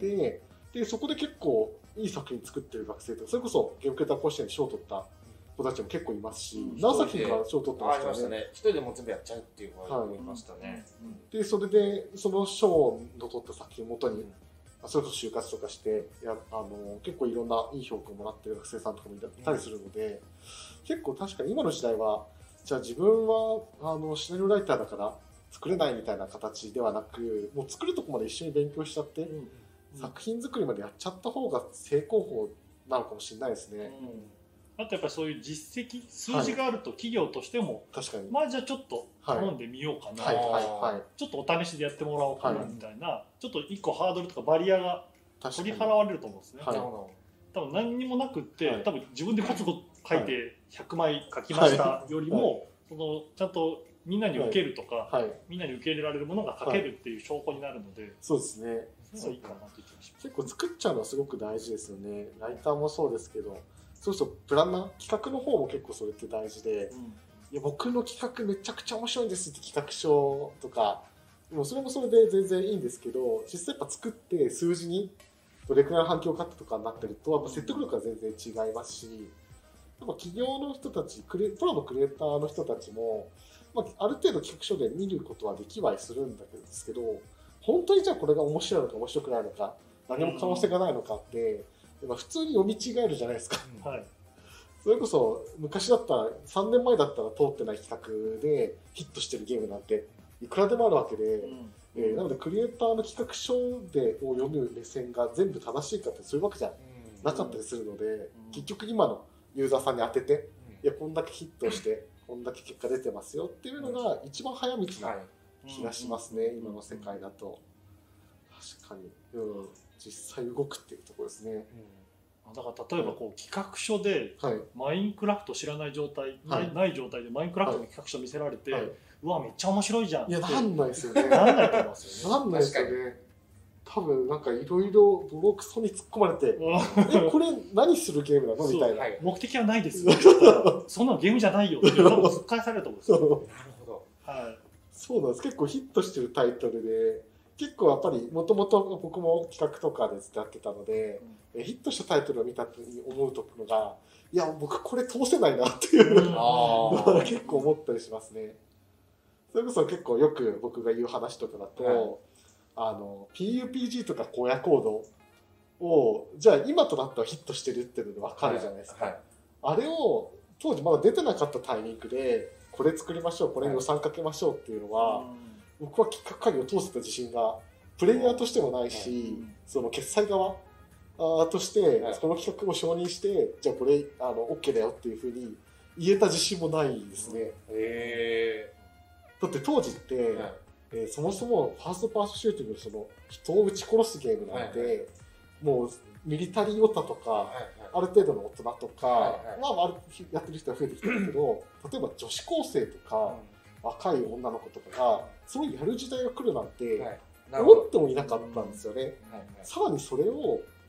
うん、でそこで結構いい作品作ってる学生とか、それこそゲームクリエイター甲子園で賞を取った子たちも結構いますし、うん、何作品か賞を取ってましたね。 一人でも全部やっちゃうっていう子がいましたね。 でそれでその賞の取った作品をもとに、うん、それこそ就活とかしてやあの結構いろんないい評価をもらってる学生さんとかもいたりするので、うん、結構確かに今の時代はじゃあ自分はあのシナリオライターだから作れないみたいな形ではなく、もう作るとこまで一緒に勉強しちゃって、うん、作品作りまでやっちゃった方が成功法なのかもしれないですね。 うん、あとやっぱりそういう実績数字があると企業としても、はい、確かにまあじゃあちょっと頼んでみようかな、はいはいはい、ちょっとお試しでやってもらおうかなみたいな、はい、ちょっと一個ハードルとかバリアが取り払われると思うんですね。はい、多分何にもなくって、はい、多分自分でコツコツ書いてひゃくまい書きましたよりも、はいはい、そのちゃんとみんなに受けるとか、はい、みんなに受け入れられるものが書けるっていう証拠になるので、はい、 そうですね。 それはいいかなという気がします。 結構作っちゃうのはすごく大事ですよね。ライターもそうですけど、そうそうプランナー企画の方も結構それって大事で、うん、いや僕の企画めちゃくちゃ面白いんですって企画書とか、もうそれもそれで全然いいんですけど、実際やっぱ作って数字にどれくらいの反響があったとかになってると、やっぱ説得力が全然違いますし、やっぱ企業の人たち、クリプロのクリエイターの人たちも、まあ、ある程度企画書で見ることはできはするんですけど、本当にじゃあこれが面白いのか面白くないのか、何も可能性がないのかって、まあ、普通に読み違えるじゃないですか。はい、それこそ昔だったらさんねんまえだったら通ってない企画でヒットしてるゲームなんていくらでもあるわけで、うんえー、なのでクリエイターの企画書でを読む目線が全部正しいかってそういうわけじゃなかったりするので、うん、結局今のユーザーさんに当てて、いやこんだけヒットしてこんだけ結果出てますよっていうのが一番早道な気がしますね、今の世界だと。確かに、うん、実際動くっていうところですね。 うん、だから例えばこう企画書でマインクラフト知らない状態、はい、ない状態でマインクラフトの企画書見せられて、はいはい、うわめっちゃ面白いじゃんっていやなんないですよね。 なんないと思いますよね。 なんないですよね。多分なんかいろいろボロクソに突っ込まれてえこれ何するゲームなのみたいな、 目的はないですそんなのゲームじゃないよっていうのを突っ返されると思うんですよ。なるほど、 はい、そうなんです。結構ヒットしてるタイトルで、結構やっぱりもともと僕も企画とかでやってたので、うん、ヒットしたタイトルを見た時に思うところが、いや僕これ通せないなっていうのが結構思ったりしますね。それこそ結構よく僕が言う話とかだと、はい、あの ピーユーピージー とか荒野コードをじゃあ今となってはヒットしてるっていうので分かるじゃないですか、はいはい、あれを当時まだ出てなかったタイミングでこれ作りましょうこれに予算かけましょうっていうのは、はい、僕は企画会議を通せた自信がプレイヤーとしてもないし、はい、その決済側としてその企画を承認してじゃあこれあの OK だよっていうふうに言えた自信もないですね。へー。だって当時って、はいえー、そもそもファーストパーソンシューティングのその人を撃ち殺すゲームなんで、はいはい、もうミリタリーオタとか、はいはい、ある程度の大人とか、はいはい、まあ、あるやってる人が増えてきたけど例えば女子高生とか、うん、若い女の子とかがそういうやる時代が来るなんて、はい、思ってもいなかったんですよね。はいはい、さらにそれを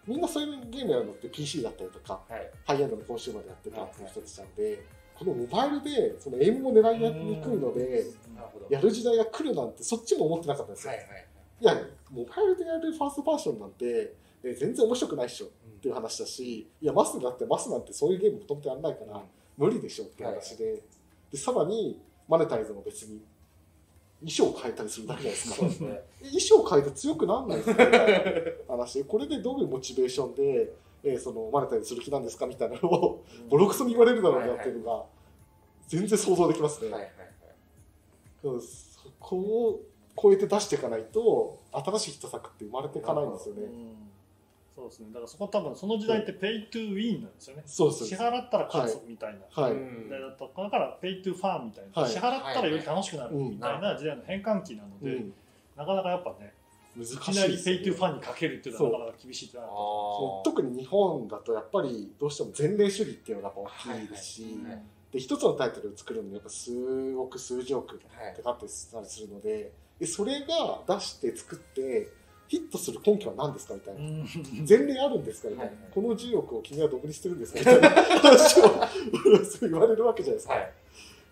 みんなそういうゲームやるのって ピーシー だったりとか、はい、ハイエンドのコンシューマーでやってたっていう人たちなんで、はいはい、このモバイルでそのエイムも狙いにくいのでやる時代が来るなんてそっちも思ってなかったんですよ。はいはいはい、いやモバイルでやるファーストパーションなんて、え全然面白くないっしょっていう話だし、いやマスだってマスなんてそういうゲームもともとやらないから無理でしょっていう話で、はいはい、でさらにマネタイズも別に衣装を変えたりするだけじゃないですか。すね、衣装を変えて強くならないですかみたいな話で、これでどういうモチベーションで、えー、そのマネタイズする気なんですかみたいなのをボロクソに言われるだろうなっていうのが全然想像できますね。はいはいはい、そこを超えて出していかないと新しいヒット作って生まれていかないんですよね。うん、 そうですね。だからそこ多分その時代ってペイトゥーウィンなんですよね。 そうです。 支払ったら勝つみたいな時代だったから、はい、ペイトゥーファンみたいな、はい、支払ったらより楽しくなるみたいな時代の変換期なので、うん、なかなかやっぱね、難しいですね、いきなりペイトゥーファンにかけるっていうのはなかなか厳しいってなると。 特に日本だとやっぱりどうしても前例主義っていうのが大きいですし、はいはい、で一つのタイトルを作るのにやっぱ数億数十億ってかかったりするので、でそれが出して作ってヒットする根拠は何ですかみたいな、前例あるんですかみたいな、このじゅうおくを君はどこにしてるんですかみたいな話を言われるわけじゃないですか、はい、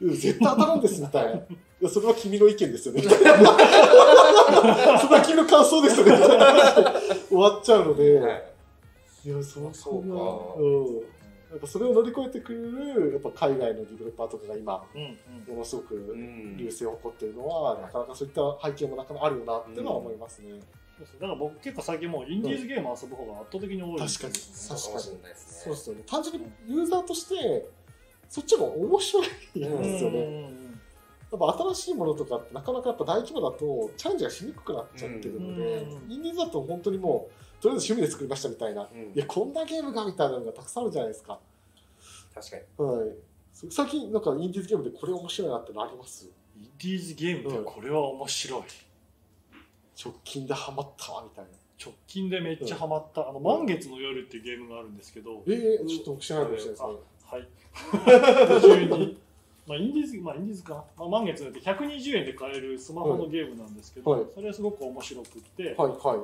絶対当たるんですみたいな、いやそれは君の意見ですよねみたいなそれは君の感想ですよねみたいな話で終わっちゃうので、はい、いやそこがうんやっぱそれを乗り越えてくれるやっぱ海外のディベロッパーとかが今、うんうん、ものすごく隆盛を誇っているのは、うん、なかなかそういった背景もなかなかあるよなっていうのは思いますね。うん、 だから僕結構最近もうインディーズゲームを遊ぶ方が圧倒的に多いですね。 確かに確かにそうですよね。単純にユーザーとしてそっちも面白いんですよね。うん、やっぱ新しいものとかってなかなかやっぱ大規模だとチャレンジがしにくくなっちゃってるので、うん、インディーズだと本当にもうとりあえず趣味で作りましたみたいな、うん、いやこんなゲームがみたいなのがたくさんあるじゃないですか。 確かに。 はい。最近なんかインディーズゲームでこれ面白いなってのあります？ インディーズゲームでこれは面白い。うん、 直近でハマったわみたいな。 直近でめっちゃハマった、うん、あの満月の夜っていうゲームがあるんですけど。 ええー、ちょっと僕知らないかもしれないですね。 はい。途中に。まあ、インディーズ、まあ、インディーズかな、まあ、満月のってひゃくにじゅうえんで買えるスマホのゲームなんですけど、はい、それはすごく面白くって、はいはい、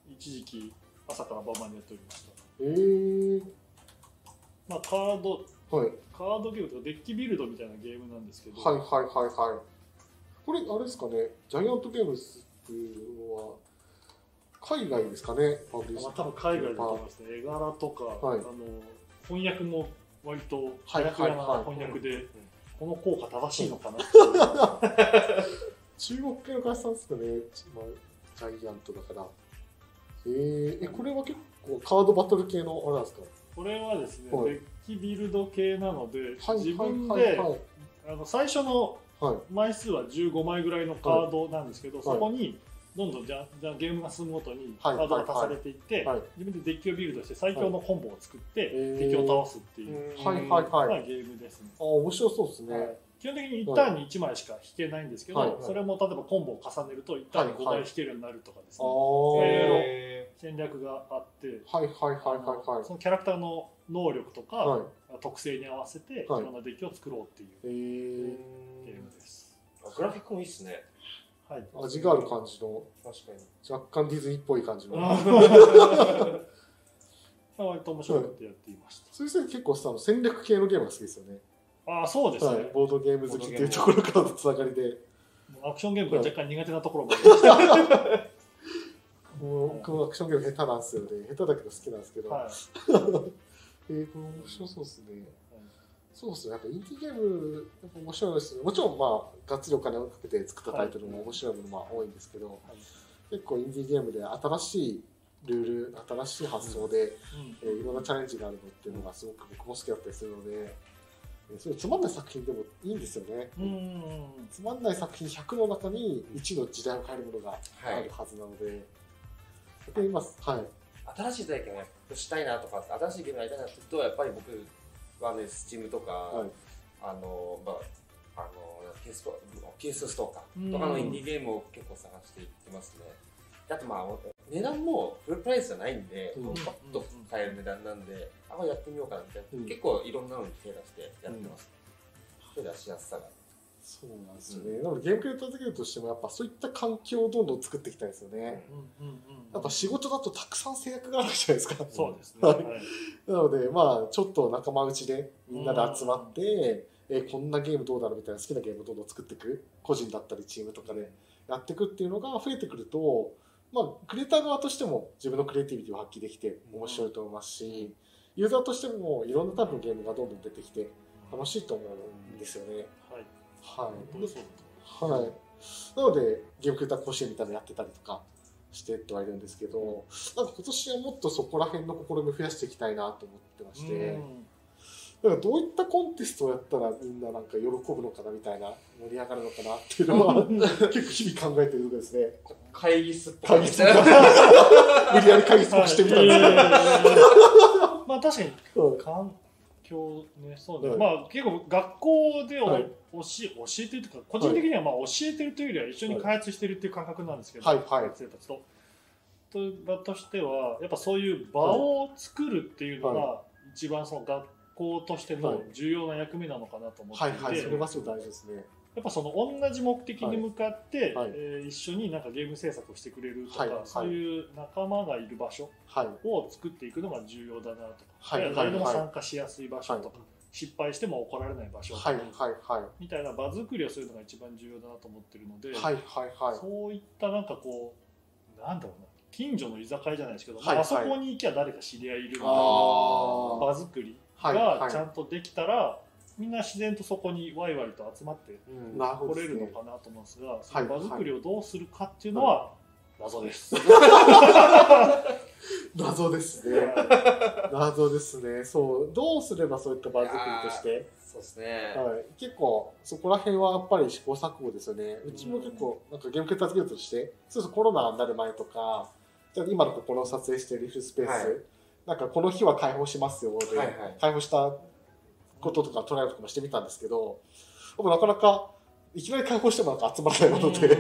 一時期朝から晩までやっておりました。えーまあ、カード、はい、カードゲームとかデッキビルドみたいなゲームなんですけど、 はいはいはいはい。これあれですかね、ジャイアントゲームズっていうのは海外ですかね。 まあ、多分海外だと思いますね。絵柄とか、はい、あの翻訳も割とキャラクターな翻訳で、はいはいはい、この効果正しいのかな中国系の会社さんですかね、まあ、ジャイアントだから。えー、えこれは結構カードバトル系のあれなんですか？ これはですね、はい、デッキビルド系なので、はい、自分で、はいはいはい、あの最初の枚数はじゅうごまいぐらいのカードなんですけど、はい、そこにどんどんじゃじゃゲームが進むごとにカードが足されていって、はいはいはい、自分でデッキをビルドして最強のコンボを作って、はい、敵を倒すっていう、はいはいはい、ゲームですね。 あ、面白そうですね。はい、 基本的にいちターンにいちまいしか引けないんですけど、はいはい、それも例えばコンボを重ねるといちターンにごまい引けるようになるとかですね、はいはい、そういう戦略があって、はいはいはいはいはい、そのキャラクターの能力とか、はい、特性に合わせていろんなデッキを作ろうっていうゲームです。 グラフィックもいいですね。 はい、味がある感じの、確かに若干ディズニーっぽい感じの。割と面白くてやっていました。 そういう人結構さ、戦略系のゲームが好きですよね。 ああ、そうですね、はい。 ボードゲーム好きっていうところからのつながりで。 アクションゲームが若干苦手なところもありました。 もう僕もアクションゲーム下手なんですよね。下手だけど好きなんですけど。はい、えー、これ面白そうですね。そうですね。やっぱインディーゲームやっぱ面白いですね。もちろんまあがっつりお金をかけて作ったタイトルも面白いものも多いんですけど、はい、結構インディーゲームで新しいルール、新しい発想で、うんえー、いろんなチャレンジがあるのっていうのがすごく僕も好きだったりするので、そういうつまんない作品でもいいんですよね。うんうんうん、つまんない作品ひゃくの中にいちの時代を変えるものがあるはずなので、はい、今はい、 新しい体験をしたいなとか、新しいゲームやりたいなって言うとやっぱり僕はね、スチームとか、はい、あのまああのピースピースストーカーとかのインディーゲームを結構探していってますね。あとまあ値段もフルプライスじゃないんで、うん、パッと買える値段なんで、あんまやってみようかなみたいな、うん、結構いろんなのに手出してやってます。手出しやすさが。 そうなんですよね。なのでゲームクリエイターだけとしてもやっぱそういった環境をどんどん作っていきたいですよね。うんうんうんうん、やっぱ仕事だとたくさん制約があるじゃないですか。 そうですね。はい、 なのでまあちょっと仲間内でみんなで集まって、えー、こんなゲームどうだろうみたいな好きなゲームをどんどん作っていく、個人だったりチームとかでやっていくっていうのが増えてくると、まあクリエイター側としても自分のクリエイティビティを発揮できて面白いと思いますし、ユーザーとしてもいろんなタイプのゲームがどんどん出てきて楽しいと思うんですよね。はい。はい。はい。なのでゲームクリエイター甲子園みたいなのやってたりとかしてってはいるんですけど、なんか今年はもっとそこら辺の試みを増やしていきたいなと思ってまして、だからどういったコンテストをやったらみんななんか喜ぶのかなみたいな、盛り上がるのかなっていうのは結構日々考えてるところですね。 会議室っぽい。 会議室っぽい。無理やり会議室っぽくしてみたんですけど。 まあ確かに、環境ね、そうだね。まあ結構学校でお、はい、教え、教えてるというか、個人的にはまあ教えてるというよりは一緒に開発してるっていう感覚なんですけど、はいはい、学生たちと。場としては、やっぱそういう場を作るっていうのが、はい、一番その学校としての重要な役目なのかなと思っていて、はいはいはい、 それはすごい大事ですね。 やっぱその同じ目的に向かって、はいえー、一緒になんかゲーム制作をしてくれるとか、はいはい、そういう仲間がいる場所を作っていくのが重要だなとか、はい、誰でも参加しやすい場所とか、はい、失敗しても怒られない場所とか、はいはいはい、みたいな場作りをするのが一番重要だなと思ってるので、はいはいはい、そういったなんかこうなんだろうな、近所の居酒屋じゃないですけど、はいはい、あそこに行きゃ誰か知り合いいるみたいな場作りがちゃんとできたら、はいはい、みんな自然とそこにワイワイと集まって来れるのかなと思うんですが、その場作りをどうするかっていうのは謎です。 謎ですね。謎ですね。そう、どうすればそういった場作りとして、 そうですね。 はい、結構そこら辺はやっぱり試行錯誤ですよね。うちも結構なんかゲームクリエイターズギルドとして、そうそうコロナになる前とか、今のここの撮影しているリフスペース、はい、なんかこの日は開放しますよで、はいはい、開放したこととかトライアルとかもしてみたんですけど、でもなかなかいきなり開放してもなんか集まらないので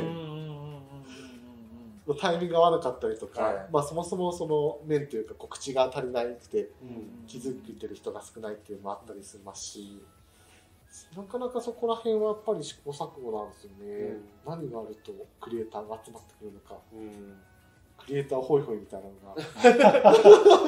タイミングが悪かったりとか、はい、まあそもそもその面というか告知が足りなくて気づいてる人が少ないっていうのもあったりしますし、なかなかそこら辺はやっぱり試行錯誤なんですよね、うん、何があるとクリエイターが集まってくるのか、うん、クリエイターホイホイみたいなのが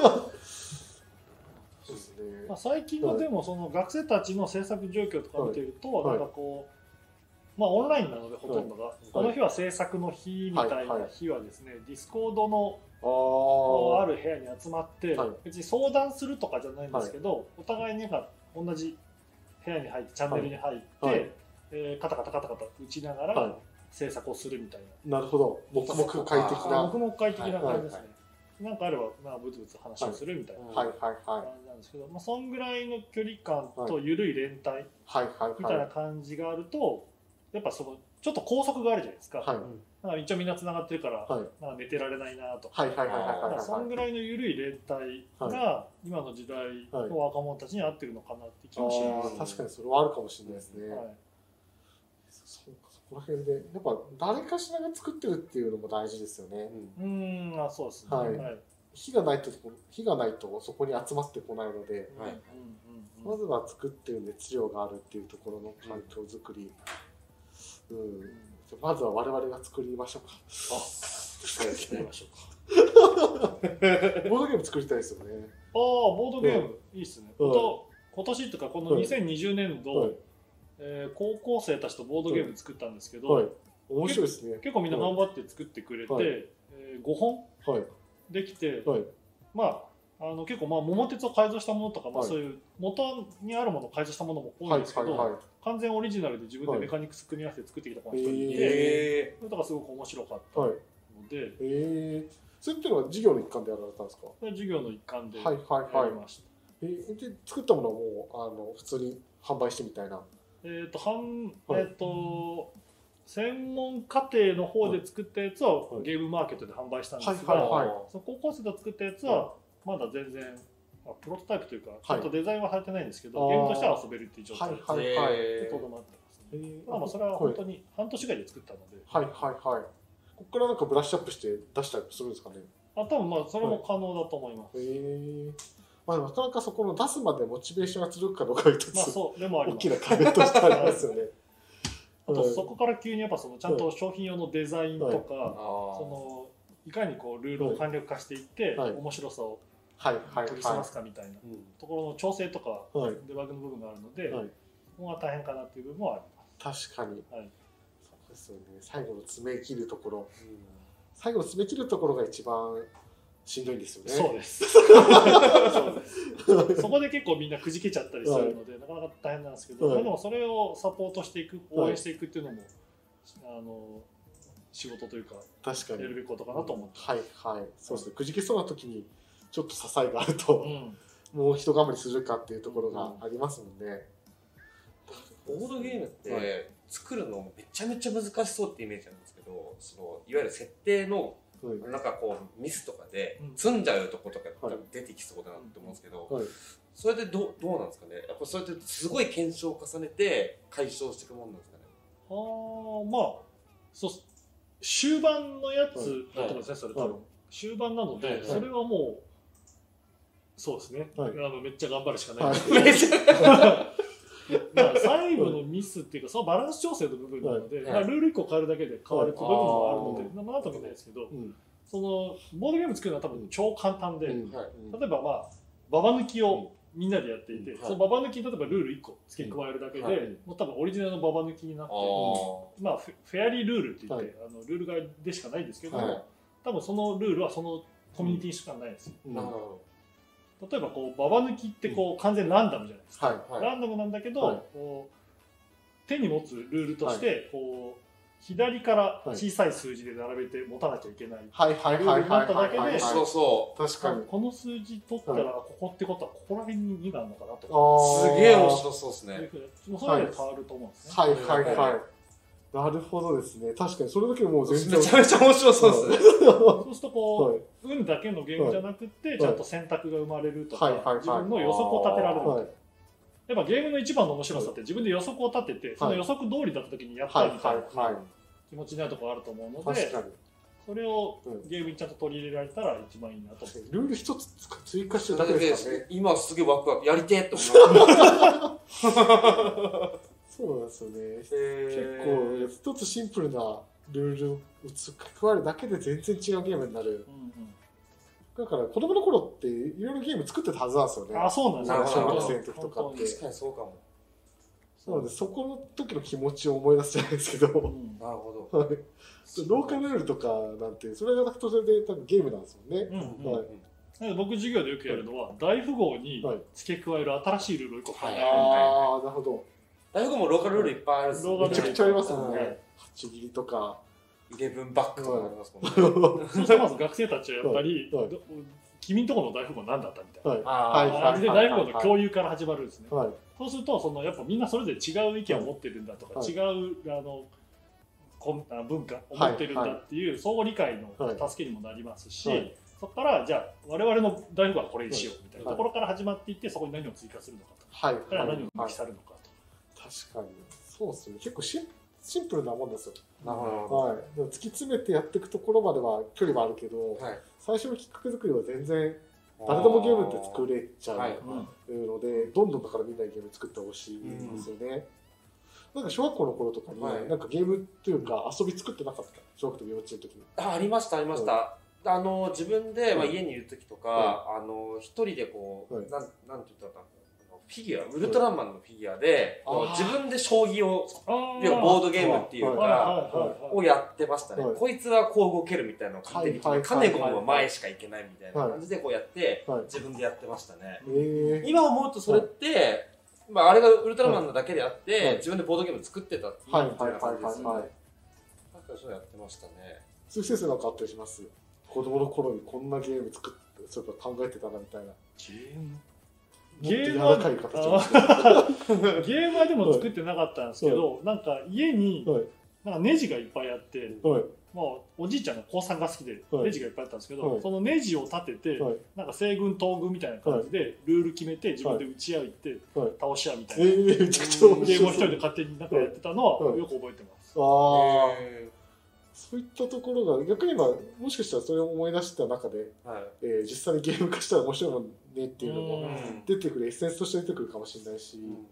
そうですね。 まあ、最近のでもその学生たちの制作状況とか見てると、はい、なんかこう、まあオンラインなのでほとんどが、はい、この日は制作の日みたいな日はですね、はいはい、ディスコードの あ, ある部屋に集まって、はい、別に相談するとかじゃないんですけど、はい、お互いにが同じ部屋に入ってチャンネルに入って、はいはい、えー、カタカタカタカタ打ちながら制作をするみたいな。 なるほど。黙々快適な。 黙々快適な感じですね。はいはいはい、なんかあれば、まあ、ブツブツ話をするみたいな感じなんですけど、まあ、そんぐらいの距離感と緩い連帯みたいな感じがあると、やっぱそのちょっと拘束があるじゃないですか。はい、なんか一応みんなつながってるから、はい、なんか寝てられないなとか、そんぐらいの緩い連帯が今の時代の若者たちに合ってるのかなって気もします、ね。 確かにそれはあるかもしれないですね。はい、そうか、そこら辺でやっぱ誰かしらが作ってるっていうのも大事ですよね。 うん、うん、あ、そうですね。はいはい、 火がないと火がないとそこに集まってこないので、はい、まずは作ってる熱量があるっていうところの環境づくり、うん、うん、まずは我々が作りましょうか。あ、 作りましょうか。ボードゲーム作りたいですよね。 ああ、ボードゲーム、うん、いいっすね。うん、今年とかこのにせんにじゅうねんど、はい、えー、高校生たちとボードゲーム作ったんですけど、はいはい、 面白いですね。 結構みんな頑張って作ってくれて、はい、えー、ごほん、はい、できて、はい、まあ、あの結構まあ桃鉄を改造したものとか、はい、まあ、そういう元にあるものを改造したものも多いんですけど、はいはいはい、完全オリジナルで自分でメカニクス組み合わせて作ってきた子が一人いて、はい、それとかすごく面白かったので、はい、 えー、それっていうのは授業の一環でやられたんですか？ 授業の一環でやりました。 はいはいはい、えー、で作ったものはもうあの普通に販売してみたいな。 えっと、はん、はい、えっと専門課程の方で作ったやつはゲームマーケットで販売したんですが、はいはいはい、その高校生と作ったやつはまだ全然プロトタイプというか、ちょっとデザインはされてないんですけど、はい、ゲームとしては遊べるっていう状態でとどまってますね。まあそれは本当に半年ぐらいで作ったので、 はいはいはい。ここからなんかブラッシュアップして出したりするんですかね。 あ、多分まあそれも可能だと思います。はい、へえ。まあなかなかそこの出すまでモチベーションが続くかどうかが一つ、まあそうでもあります。大きな壁としてありますよね。 あとそこから急にやっぱそのちゃんと商品用のデザインとか、はい、そのいかにこうルールを簡略化していって、はい、面白さを研ぎ澄ますかみたいなところの調整とか、はい、デバッグの部分があるので、はい、ここが大変かなっていう部分はあります。 確かに、はい、そうですよね。最後の詰め切るところ、うん、最後の詰め切るところが一番しんどいんですよね。 そうです。そうです。そこで結構みんなくじけちゃったりするので、はい、なかなか大変なんですけど、はい、でもそれをサポートしていく、応援していくっていうのも、はい、あの仕事というか、確かにやるべきことかなと思って、 うん、はいはい、そうですね。くじけそうな時にちょっと支えがあると、うん、もう一頑張りするかっていうところがありますもんね。 ボードゲームって作るのめちゃめちゃ難しそうってイメージなんですけど、そのいわゆる設定のなんかこうミスとかで積んじゃうとことか出てきそうだなって思うんですけど、はい、それでど う, どうなんですかね。やっぱそれってすごい検証を重ねて解消していくもんなんですかね。 ああ、まあそう終盤のやつだと思うんですね、それ多分、はい、終盤なので、はい、それはもうそうですね、はい、あのめっちゃ頑張るしかないですけど、はいまあ最後のミスっていうかそのバランス調整の部分なので、はいまあ、ルールいっこ変えるだけで変わる部分もあるので、はい、なんとも言えないですけど、うん、そのボードゲーム作るのは多分超簡単で、うんはい、例えばまあババ抜きをみんなでやっていて、うん、そのババ抜きに例えばルールいっこ付け加えるだけで、はい、もう多分オリジナルのババ抜きになって、うん、まあフェアリールールって言って、はい、あのルールがでしかないんですけども、はい、多分そのルールはそのコミュニティにしかないですよ。うん、なるほど。例えばこうババ抜きってこう完全ランダムじゃないですか、はいはい、ランダムなんだけど、はい、こう手に持つルールとしてこう左から小さい数字で並べて持たなきゃいけないルールになっただけで、 そうそう確かにこの数字取ったらここってことはここら辺ににがあるのかなとか、すげえ面白そうですね。 それで変わると思うんですね。 はいはいはい、はいなるほどですね。確かにそれだけでもう全然めちゃめちゃ面白そうですね。 そうするとこう、はい、運だけのゲームじゃなくて、はい、ちゃんと選択が生まれるとか、はい、自分の予測を立てられる、はい、やっぱゲームの一番の面白さって自分で予測を立てて、はい、その予測通りだった時にやったりみたいな気持ちになるところあると思うので、それをゲームにちゃんと取り入れられたら一番いいなと思って。 ルール一つ追加してるだけですかね。 今すげえワクワクやりてえと思います。 そうなんですよね。結構一つシンプルなルールを加えるだけで全然違うゲームになる。うんうん、だから子供の頃っていろいろゲーム作ってたはずなんですよね。 あ、そうなんですね。 小学生の時とかって。 確かにそうかも。 なのでそこの時の気持ちを思い出すじゃないですけど。うん、 なるほど。 ローカルルールとかなんてそれがそれで多分ゲームなんですもんね。うんうんはい僕授業でよくやるのは大富豪に付け加える新しいルールをいっこ考える。 ああ、なるほど。 大富豪もローカルルールいっぱいあるんですよね。 めちゃくちゃありますもんね。はち切りとか。 イレブンバックとかありますもんね。 そうしたらまず学生たちはやっぱり、はいはい、君んとこの大富豪何だったみたいな。はい、で大富豪の共有から始まるんですね。はい、そうするとそのやっぱみんなそれぞれ違う意見を持ってるんだとか、はい、違うあの文化を持ってるんだっていう相互理解の助けにもなりますし、はいはい、そこからじゃあ我々の大富豪はこれにしようみたいなところから始まっていってそこに何を追加するのかと、はい、から何を抜き去るのかと。 確かにそうですね。結構シンシンプルなもんですよ。なるほど。はい。でも突き詰めてやっていくところまでは距離はあるけど、はい、最初のきっかけ作りは全然誰でもゲームって作れちゃうので、どんどんだからみんなにゲーム作ってほしいんですよね。うん、なんか小学校の頃とかに、はい、なんかゲームっていうか遊び作ってなかった。小学校と幼稚園の時に。 あ、ありましたありました。うん、あの自分で、まあ、家にいる時とか、はい、あの一人でこう、はい、なんなんて言ったかな。フィギュア、ウルトラマンのフィギュアで、自分で将棋を、ボードゲームっていうか、をやってましたね。こいつはこう動けるみたいなのを勝手に、カネゴンは前しか行けないみたいな感じでこうやって、自分でやってましたね。今思うとそれって、まああれがウルトラマンのだけであって、自分でボードゲーム作ってたっていう感じですよね。確かにそうやってましたね。 鈴木先生なんかあったりします？子供の頃にこんなゲーム作って、そういえば考えてたなみたいな。 ゲームゲームはゲームはでも作ってなかったんですけど、はい、なんか家になんかネジがいっぱいあって、はい、まあ、おじいちゃんが高さんが好きでネジがいっぱいあったんですけど、はい、そのネジを立てて、はい、なんか西軍東軍みたいな感じでルール決めて自分で打ち合いって倒し合うみたいな、はい、えー、めちゃくちゃ面白い。ゲームを一人で勝手になんかやってたのはよく覚えてます。 はい、あー、そういったところが逆に今もしかしたらそれを思い出した中で、はい、えー、実際にゲーム化したら面白いもんねっていうのも出てくる、エッセンスとして出てくるかもしれないし、うん、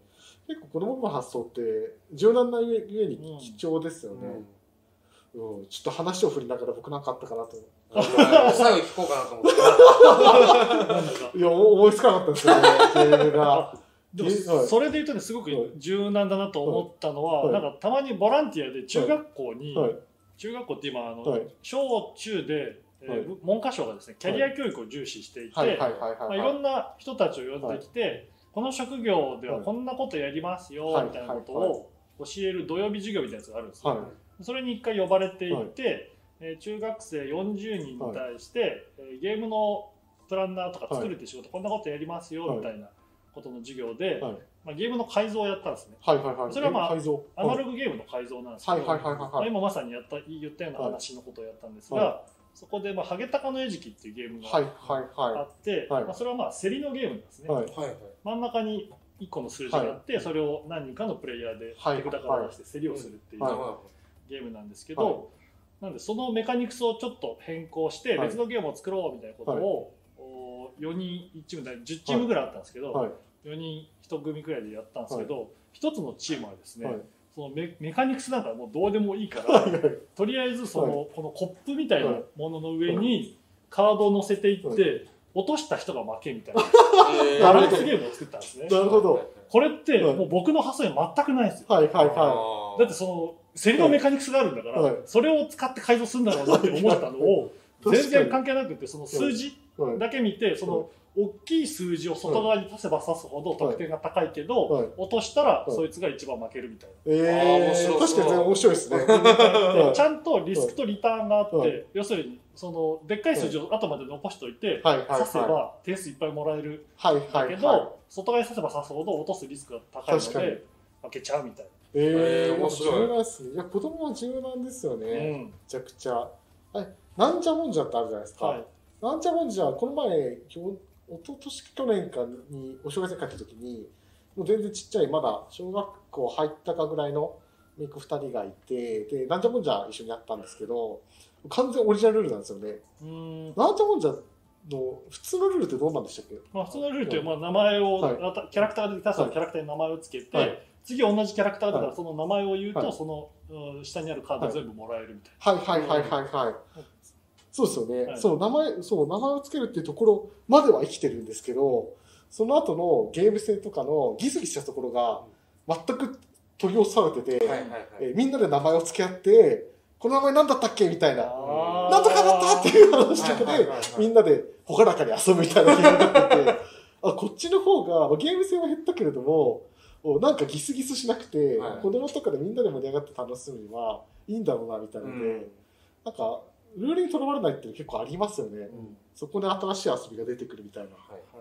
結構子供の発想って柔軟なゆえに貴重ですよね。うんうん、ちょっと話を振りながら僕なんかあったかなと思って。 最後聞こうかなと思って。いや、思いつかなかったんですよね、ゲームが。 でもそれで言うとね、すごく柔軟だなと思ったのは、はいはい、なんかたまにボランティアで中学校に、はいはい、中学校って今あの、はい、小中で、えーはい、文科省がですねキャリア教育を重視していて、いろんな人たちを呼んできて、はい、この職業ではこんなことやりますよ、はい、みたいなことを教える土曜日授業みたいなやつがあるんですよ。はい、それに一回呼ばれていって、はい、えー、中学生よんじゅうにんに対して、はい、えー、ゲームのプランナーとか作るって仕事、はい、こんなことやりますよみたいなことの授業で、はい、まあ、ゲームの改造をやったんですね。はいはいはい、それはまあアナログゲームの改造なんですけど、今まさにやった言ったような話のことをやったんですが、はい、そこでまあハゲタカの餌食っていうゲームがあって、まあ、それはまあ競りのゲームなんですね。はい、真ん中にいっこの数字があって、はい、それを何人かのプレイヤーで手札から出して競りをするっていうゲームなんですけど、はいはい、なんでそのメカニクスをちょっと変更して別のゲームを作ろうみたいなことを、はい、よにんいちチームでじゅっチームぐらいあったんですけど、はい、よにんいち組くらいでやったんですけど、はい、ひとつのチームはですね、はい、その メ, メカニクスなんかもうどうでもいいから、はい、とりあえずその、はい、このコップみたいなものの上にカードを載せていって、はい、落とした人が負けみたいなバランスゲームを作ったんですね。なるほど。これってもう僕の発想に全くないんですよ。はいはいはい。だってその競りのメカニクスがあるんだから、はい、それを使って改造するんだろうなって思ったのを全然関係なくて、その数字だけ見て、その大きい数字を外側に足せば足すほど得点が高いけど、はい、落としたらそいつが一番負けるみたいな。 えー、確かに面白いですね。 ちゃんとリスクとリターンがあって、はい、要するにそのでっかい数字を後まで残しておいて、はい、刺せば点数いっぱいもらえるんだけど、はいはいはい、外側に刺せば刺すほど落とすリスクが高いので負けちゃうみたいな。 えー、面白い。柔軟ですね。いや、子供は柔軟ですよね。うん、めちゃくちゃ。はい、なんじゃもんじゃってあるじゃないですか。はい、なんじゃもんじゃ、この前、おととし去年かにお正月に帰った時に、もう全然ちっちゃい、まだ小学校入ったかぐらいのメイクふたりがいて、で、なんじゃもんじゃ一緒にやったんですけど、完全オリジナルルールなんですよね。うん、なんじゃもんじゃの普通のルールってどうなんでしたっけ？ まあ、普通のルールって、まあ、名前を、はい、キャラクターが出てきたら、キャラクターに名前をつけて、はい、次同じキャラクターだからその名前を言うと、はい、その、うん、下にあるカード全部もらえるみたいな。 はいはいはいはいはい。そうですよね、はい、そう名前そう名前をつけるっていうところまでは生きてるんですけど、その後のゲーム性とかのギスギスしたところが全く取り押されてて、はいはいはい、えー、みんなで名前を付け合ってこの名前何だったっけみたいな、なんとかだったっていう話とかでみんなで朗らかに遊ぶみたいなゲームになっててあ、こっちの方がゲーム性は減ったけれどもなんかギスギスしなくて、はい、子供とかでみんなで盛り上がって楽しむにはいいんだろうなみたいなので、うん、なんかルールにとらわれないって結構ありますよね、うん、そこで新しい遊びが出てくるみたいな、はいはい、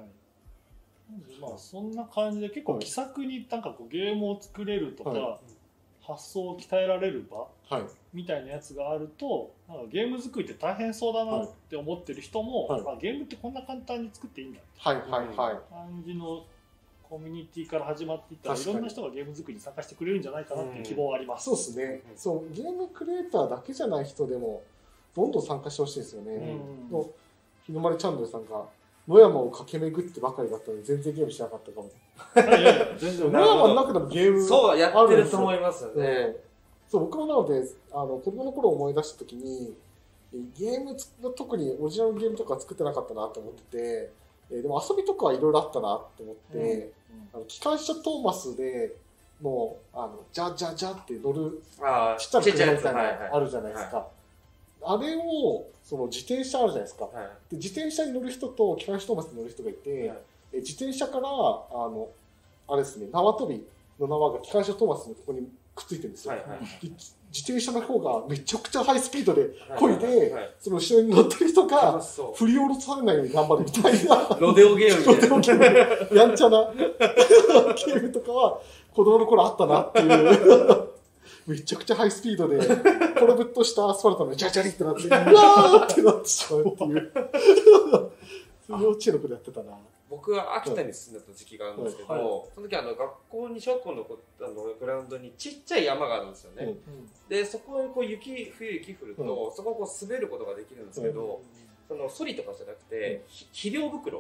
まあそんな感じで結構気さくになんかこうゲームを作れるとか、はい、発想を鍛えられる場、はい、みたいなやつがあるとなんかゲーム作りって大変そうだなって思ってる人も、はい、まあ、ゲームってこんな簡単に作っていいんだっていう感じのコミュニティから始まっていったらいろんな人がゲーム作りに参加してくれるんじゃないかなっていう希望があります、 うん、そうですね、うん、そうゲームクリエイターだけじゃない人でもどんどん参加してほしいですよね。うん、日の丸チャンネルさんが野山を駆け巡ってばかりだったので全然ゲームしなかったかも。いやいや全然野山の中でもゲームそうやってると思いますよね。うん、 そう僕もなのであの子供の頃思い出した時にゲームの特にオリジナルゲームとか作ってなかったなと思ってて、えー、でも遊びとかはいろいろあったなと思って、うんうん、あの機関車トーマスでもうあのジャジャジャって乗るちっちゃな車みたいなのあるじゃないですか。あれをその自転車あるじゃないですか、はい、で自転車に乗る人と機関車トーマスに乗る人がいて、はい、え自転車からあのあれですね縄跳びの縄が機関車トーマスのここにくっついてるんですよ、はいはいはい、で自転車の方がめちゃくちゃハイスピードで漕いで、はいはいはい、その後ろに乗ってる人が振り下ろされないように頑張るみたいなロデオゲームみたいなロデオゲームやんちゃなゲームとかは子供の頃あったなっていうめちゃくちゃハイスピードでコロブッとしたアスファルトのジャジャリってなってうわーってなってしまうっていう幼稚園の頃やってたな。 僕は秋田に住んでた時期があるんですけど、はいはい、その時あの学校に小学校のあのグラウンドにちっちゃい山があるんですよね、うん、でそこにこう雪冬雪降ると、うん、そこをこう滑ることができるんですけど、うん、そのソリとかじゃなくて、うん、肥料袋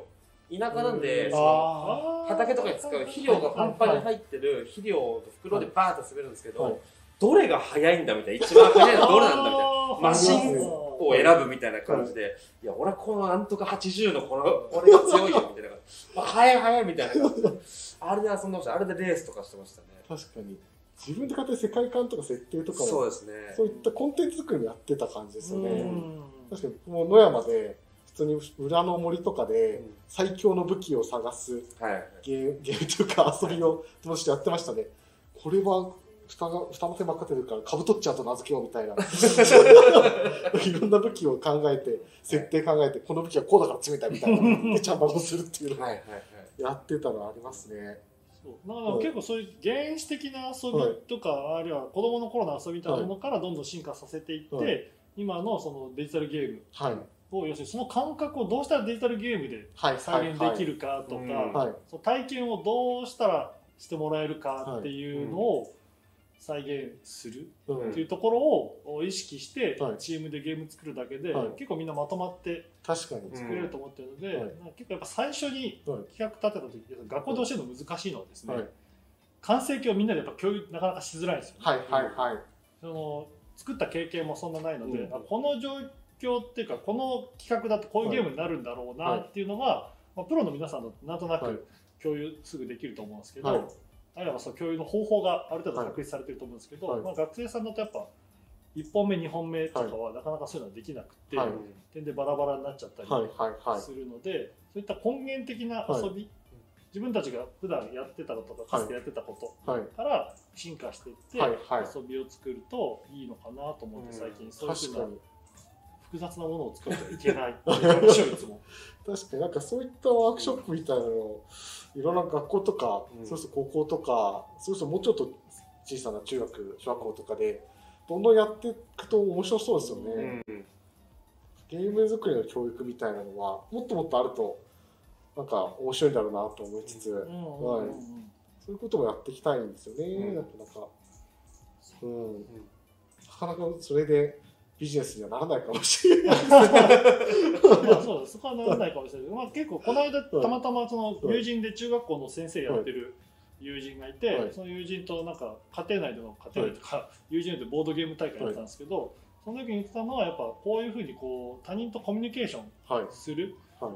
田舎なんで、その畑とかに使う肥料がパンパンに入ってる肥料を袋でバーッと滑るんですけど、どれが早いんだみたいな、一番早いのはどれなんだみたいな、マシンを選ぶみたいな感じで、いや、俺はこのなんとかはちじゅうのこの、俺が強いよみたいな感じで、早い早いみたいな感じで、あれで遊んでました。あれでレースとかしてましたね。 確かに。自分で勝手に世界観とか設定とかも、 そうですね。 そういったコンテンツ作りもやってた感じですよね。確かに、もう野山で、普通に裏の森とかで最強の武器を探すゲー、ゲームというか遊びを友達とやってましたね。これは蓋が、蓋の手間かけてるから株取っちゃうと名付けようみたいな。いろんな武器を考えて、設定考えて、この武器はこうだから詰めたみたいな。で、ちゃんとするっていうのをやってたのありますね。 だから結構そういう原始的な遊びとか、はい、あるいは子供の頃の遊びみたいなものからどんどん進化させていって、はい、今のそのデジタルゲームを、はい、要するにその感覚をどうしたらデジタルゲームで再現できるかとか、はい、その体験をどうしたらしてもらえるかっていうのを再現するっていうところを意識してチームでゲーム作るだけで、はい、結構みんなまとまって作れると思ってるので、はい、結構やっぱ最初に企画立てた時、学校で教えるの難しいのはですね、はい、完成形をみんなでやっぱ共有なかなかしづらいんですよね。はいはいはい、その作った経験もそんなないので、うん、この状況っていうかこの企画だとこういうゲームになるんだろうなっていうのが、はい、まあ、プロの皆さんのなんとなく共有すぐできると思うんですけど、はい、あるいはその共有の方法がある程度確立されてると思うんですけど、はい、まあ、学生さんだとやっぱいっぽんめにほんめとかはなかなかそういうのはできなくて、はい、点でバラバラになっちゃったりするので、はいはいはい、そういった根源的な遊び、はい、自分たちが普段やってたこととかかつてやってたことから進化していって、はいはい、遊びを作るといいのかなと思って最近そういうふうな複雑なものを作るといけないっていう話をいつも確かになんかそういったワークショップみたいなのをいろんな学校とか、うん、そうすると高校とか、そうするともうちょっと小さな中学、小学校とかでどんどんやっていくと面白そうですよね、うん、ゲーム作りの教育みたいなのはもっともっとあるとなんか面白いんだろうなと思いつつ、はい、そういうこともやっていきたいんですよね、うん、なかなか、うん、なかなかそれでビジネスにはならないかもしれないですね。 まあそうです、そこはならないかもしれないけど、まあ、結構この間たまたまその友人で中学校の先生やってる友人がいて、はい、その友人となんか家庭内での家庭内とか、はい、友人でボードゲーム大会やってたんですけど、はい、その時に言ってたのはやっぱこういうふうにこう他人とコミュニケーションする、はい、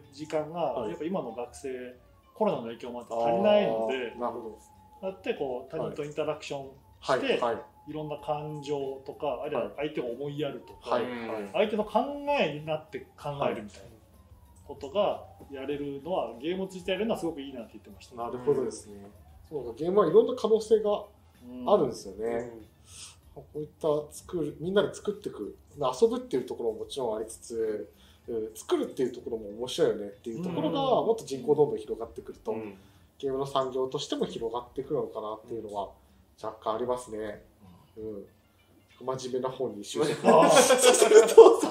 時間がやっぱ今の学生コロナの影響もあって足りないので、なるほど、だってこう他人とインタラクションして、はいはいはい、いろんな感情とか、あるいは相手を思いやるとか、はいはい、相手の考えになって考えるみたいなことがやれるのは、ゲームを通じてやれるのはすごくいいなって言ってました。 なるほどですね。そうゲームはいろんな可能性があるんですよね。うんうん、こういった作る、みんなで作っていく、遊ぶっていうところももちろんありつつ、作るっていうところも面白いよねっていうところがもっと人口どんどん広がってくると、うん、ゲームの産業としても広がってくるのかなっていうのは若干ありますね。うん、真面目な方に就職すると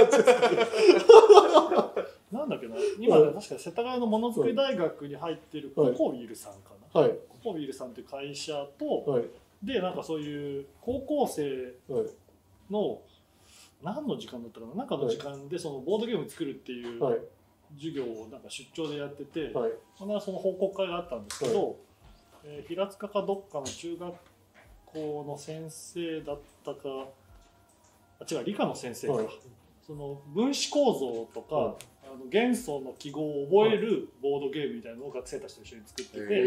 なんだっけな、今ね、確かに世田谷のものづくり大学に入ってるココビールさんかな、はい、ココビールさんっていう会社と、はい、でなんかそういう高校生の何の時間だったかな、なんかの時間でそのボードゲーム作るっていう授業をなんか出張でやってて、はい、その報告会があったんですけど、はい、えー、平塚かどっかの中学校の先生だったか、あ違う理科の先生か、はい、その分子構造とか、はい、あの元素の記号を覚えるボードゲームみたいなのを学生たちと一緒に作ってて、はい、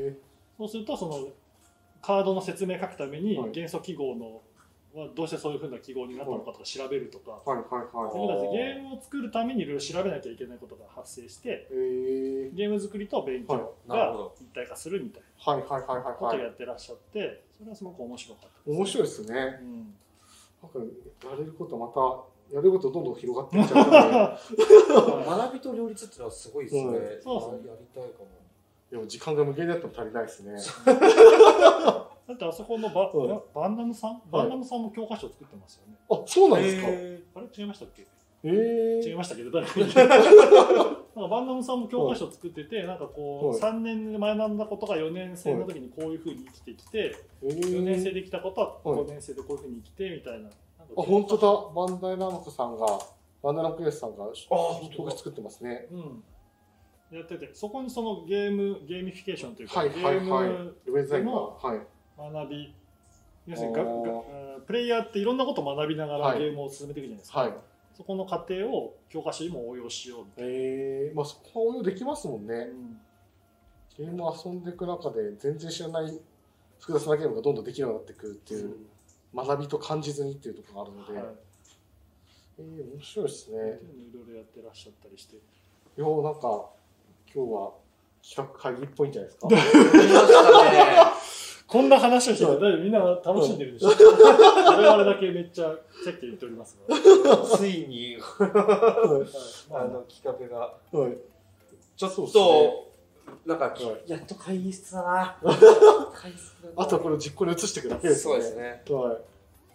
そうするとそのカードの説明書くために元素記号のはどうしてそういう風な記号になったのかとか調べるとか、はいはいはいはい、ゲームを作るためにいろいろ調べなきゃいけないことが発生して、ゲーム作りと勉強が一体化するみたいなことをやってらっしゃって、それはすごく面白かったです、 ね、面白いですね、うん、なんかやれることまたやれることどんどん広がっていっちゃうから学びと両立っていうのはすごいですね、うん、そうそう、やりたいかも。 でも時間が無限だったら足りないですねだってあそこのバ、うん、バンナムさん、はい、バンナムさんも教科書を作ってますよね。 あ、そうなんですか。 えー、あれ違いましたっけ？ えー、 違いましたけど誰かなんかバンナムさんも教科書を作ってて、はい、なんかこう、はい、さんねんで学んだことがよねん生の時にこういうふうに生きてきて、はい、よねん生できたことはごねん生でこういうふうに生きてみたいな。はい、 あ、本当だ。バンダイナムコさんがバンダイナムコエスさんが教科書作ってますね。うん。 やってて、そこにそのゲームゲーミフィケーションというか、 はいはいはい、 ゲームの学び、要するにががプレイヤーっていろんなことを学びながらゲームを進めていくじゃないですか、はい、そこの過程を教科書にも応用しようみたいな。 えーまあ、そこは応用できますもんね、うん、ゲームを遊んでいく中で全然知らない複雑なゲームがどんどんできるようになってくるっていう、うん、学びと感じずにっていうところがあるので、はい、えー、面白いですね。いろいろやってらっしゃったりして、いやなんか今日は企画会議っぽいんじゃないですか。 こんな話をしてたらみんな楽しんでるでしょ。我々だけめっちゃさっき言っておりますが、 ついにあの企画がちょっとなんかやっと会議室だな。 あとはこれを実行に移していくだけですね。 そうですね。はい。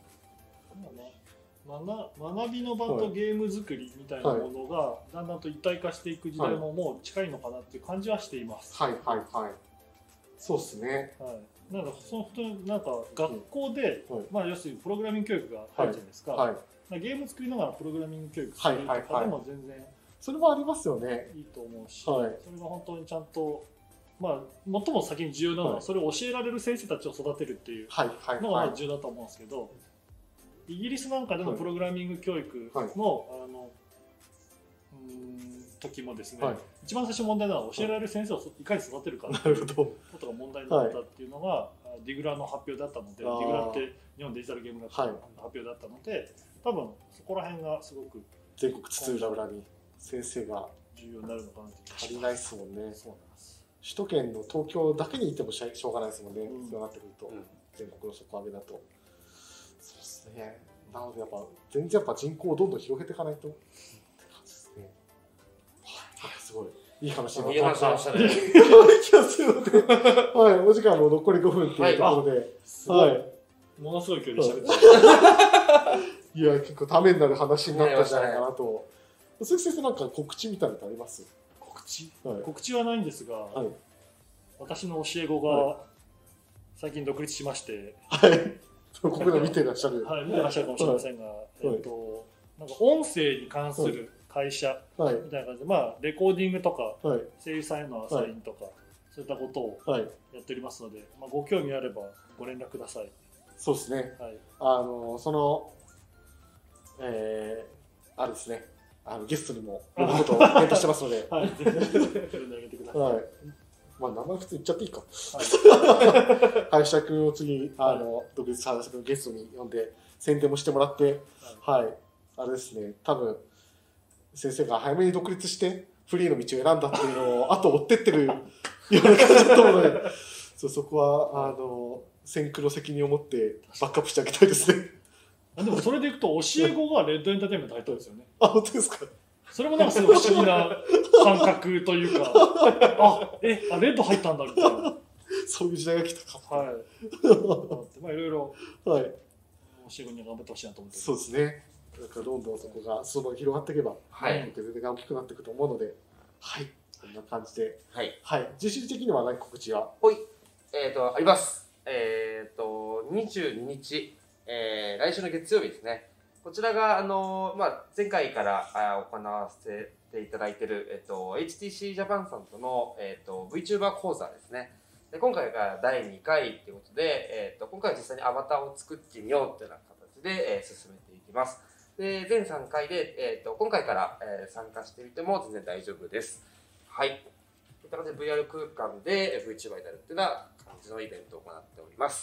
学びの場とゲーム作りみたいなものがだんだんと一体化していく時代ももう近いのかなっていう感じはしています。 はいはいはい。そうですね。 はい。なんかそのなんか学校で、うん、まあ要するにプログラミング教育が入るじゃないですか。はいはい、ゲーム作りながらプログラミング教育するとかでも全然それもありますよね。 いいと思うし、はい、それが本当にちゃんと。まあ、最も先に重要なのはそれを教えられる先生たちを育てるっていうのが重要だと思うんですけど、イギリスなんかでのプログラミング教育の、はい、あのうん時もですね、はい、一番最初問題なのは教えられる先生をいかに育てるかっていうことが問題になったっていうのが、はい、ディグラの発表だったので、ディグラって日本デジタルゲーム学会の発表だったので、多分そこら辺がすごく全国津々浦々に先生が重要になるのかなって足りないですもんね。そうなんです。首都圏の東京だけにいてもしょうがないですもんね、うん、そうなってくると、うん、全国の底上げだと。そうですね。なのでやっぱ全然やっぱ人口をどんどん広げていかないとって感じですね。はい、すごいいい話になりましたね。はい、お時間も残りごふんっていうところで、はい、はい、 ものすごい距離喋っていや結構ためになる話になったんじゃないかなと。鈴木先生なんか告知みたいなのあります？ 告知、はい、告知はないんですが、はい、私の教え子が最近独立しまして、 はい、ここで見てらっしゃる、 はい、見てらっしゃるかもしれませんが、はい、えっとなんか音声に関する会社みたいな感じで、まあレコーディングとか、はい、声優さんへのアサインとか、はい、そういったことをやっておりますので、まあご興味あればご連絡ください。 そうですね。はい、あのその、えー、あれですね。あのゲストにも呼ぶことを検討してますので、はい、ぜひ連絡あげてください。はい、まあ名前普通言っちゃっていいか。林田君を次あの、はい、独立林田君をゲストに呼んで宣伝もしてもらって、はい、はい、あれですね。多分先生が早めに独立してフリーの道を選んだっていうのを後を追ってってるような感じだと思うので、そ, そこはあの先駆の責任を持ってバックアップしてあげたいですね。 でもそれでいくと教え子がレッドエンターテインメント入ったんですよね。 あ、本当ですか。 それもなんかすごい不思議な感覚というか、あ、え、あ、レッド入ったんだみたいな。 そういう時代が来たか。 はい。まあいろいろ、はい。教え子には頑張ってほしいなと思って。 そうですね。だからどんどんそこが裾野が広がっていけば、はい。全然大きくなっていくと思うので、はい。こんな感じで、はい。はい。実施的には何告知は？ はい。えっとあります。えっとにじゅうににち。えー、来週の月曜日ですね。こちらが、あのーまあ、前回からあ行わせていただいている、えっと、エイチティーシー ジャパンさんとの、えっと、VTuber 講座ですね。で今回がだいにかいということで、えっと、今回は実際にアバターを作ってみようというような形で、えー、進めていきます。で、全さんかいで、えっと、今回から、えー、参加してみても全然大丈夫です。はい。こういった感じで ブイアール 空間で VTuber になるというような感じのイベントを行っております。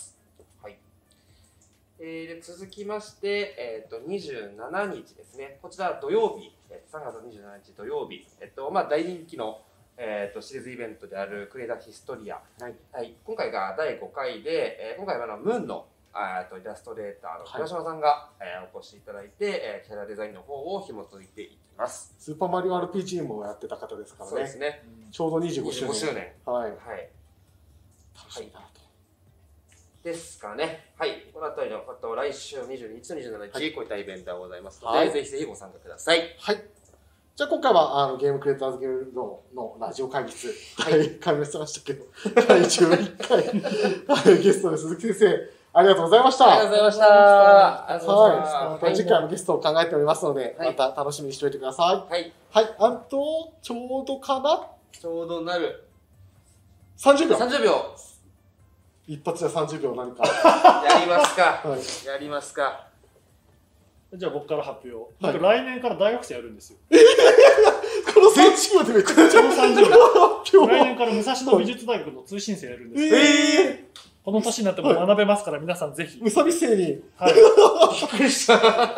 えー、で続きまして、えー、とにじゅうしちにちですね、こちら土曜日、さんがつにじゅうしちにち土曜日、えっとまあ、大人気の、えー、とシリーズイベントであるクリエイターヒストリア、はいはい、今回がだいごかいで、えー、今回はあのムーンのあとイラストレーターの倉島さんが、はいえー、お越しいただいて、えー、キャラデザインの方を紐解いていきます。 スーパーマリオ アールピージー もやってた方ですからね。 そうですね。 ちょうどにじゅうごしゅうねん。 にじゅうごしゅうねん。 はい。 はい。楽しみだなと。ですかね。はい。このあたりの、あと来週にじゅうににちとにじゅうしちにち、はい、こういったイベントがございますので、はい、ぜひぜひご参加ください。 はい。じゃあ今回はあのゲームクリエイターズギルドのラジオ会議室、はい、開幕してましたけど、だいじゅういっかい、ゲストで鈴木先生、ありがとうございました。 ありがとうございました。 はい。また次回のゲストを考えておりますので、はい、また楽しみにしておいてください。はい。はい。あと、ちょうどかなちょうどなる。 さんじゅうびょう。 さんじゅうびょう。一発でさんじゅうびょう何か。 やりますか。 はい、 やりますか。 じゃあ僕から発表。 はい、 僕来年から大学生やるんですよ。 えー、このさんじゅうびょうでめっちゃくちゃ。 このさんじゅうびょう。来年から武蔵野美術大学の通信生やるんですよ。 えーこの年になっても学べますから、皆さんぜひ。 むさび生に。 はい。 びっくりした。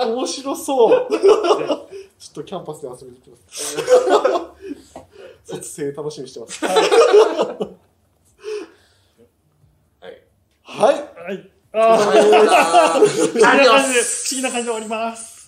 面白そう。ちょっとキャンパスで遊びに行きます。卒生楽しみにしてます。はい。 はい。 はい。 ああ。不思議な感じで、不思議な感じで終わります。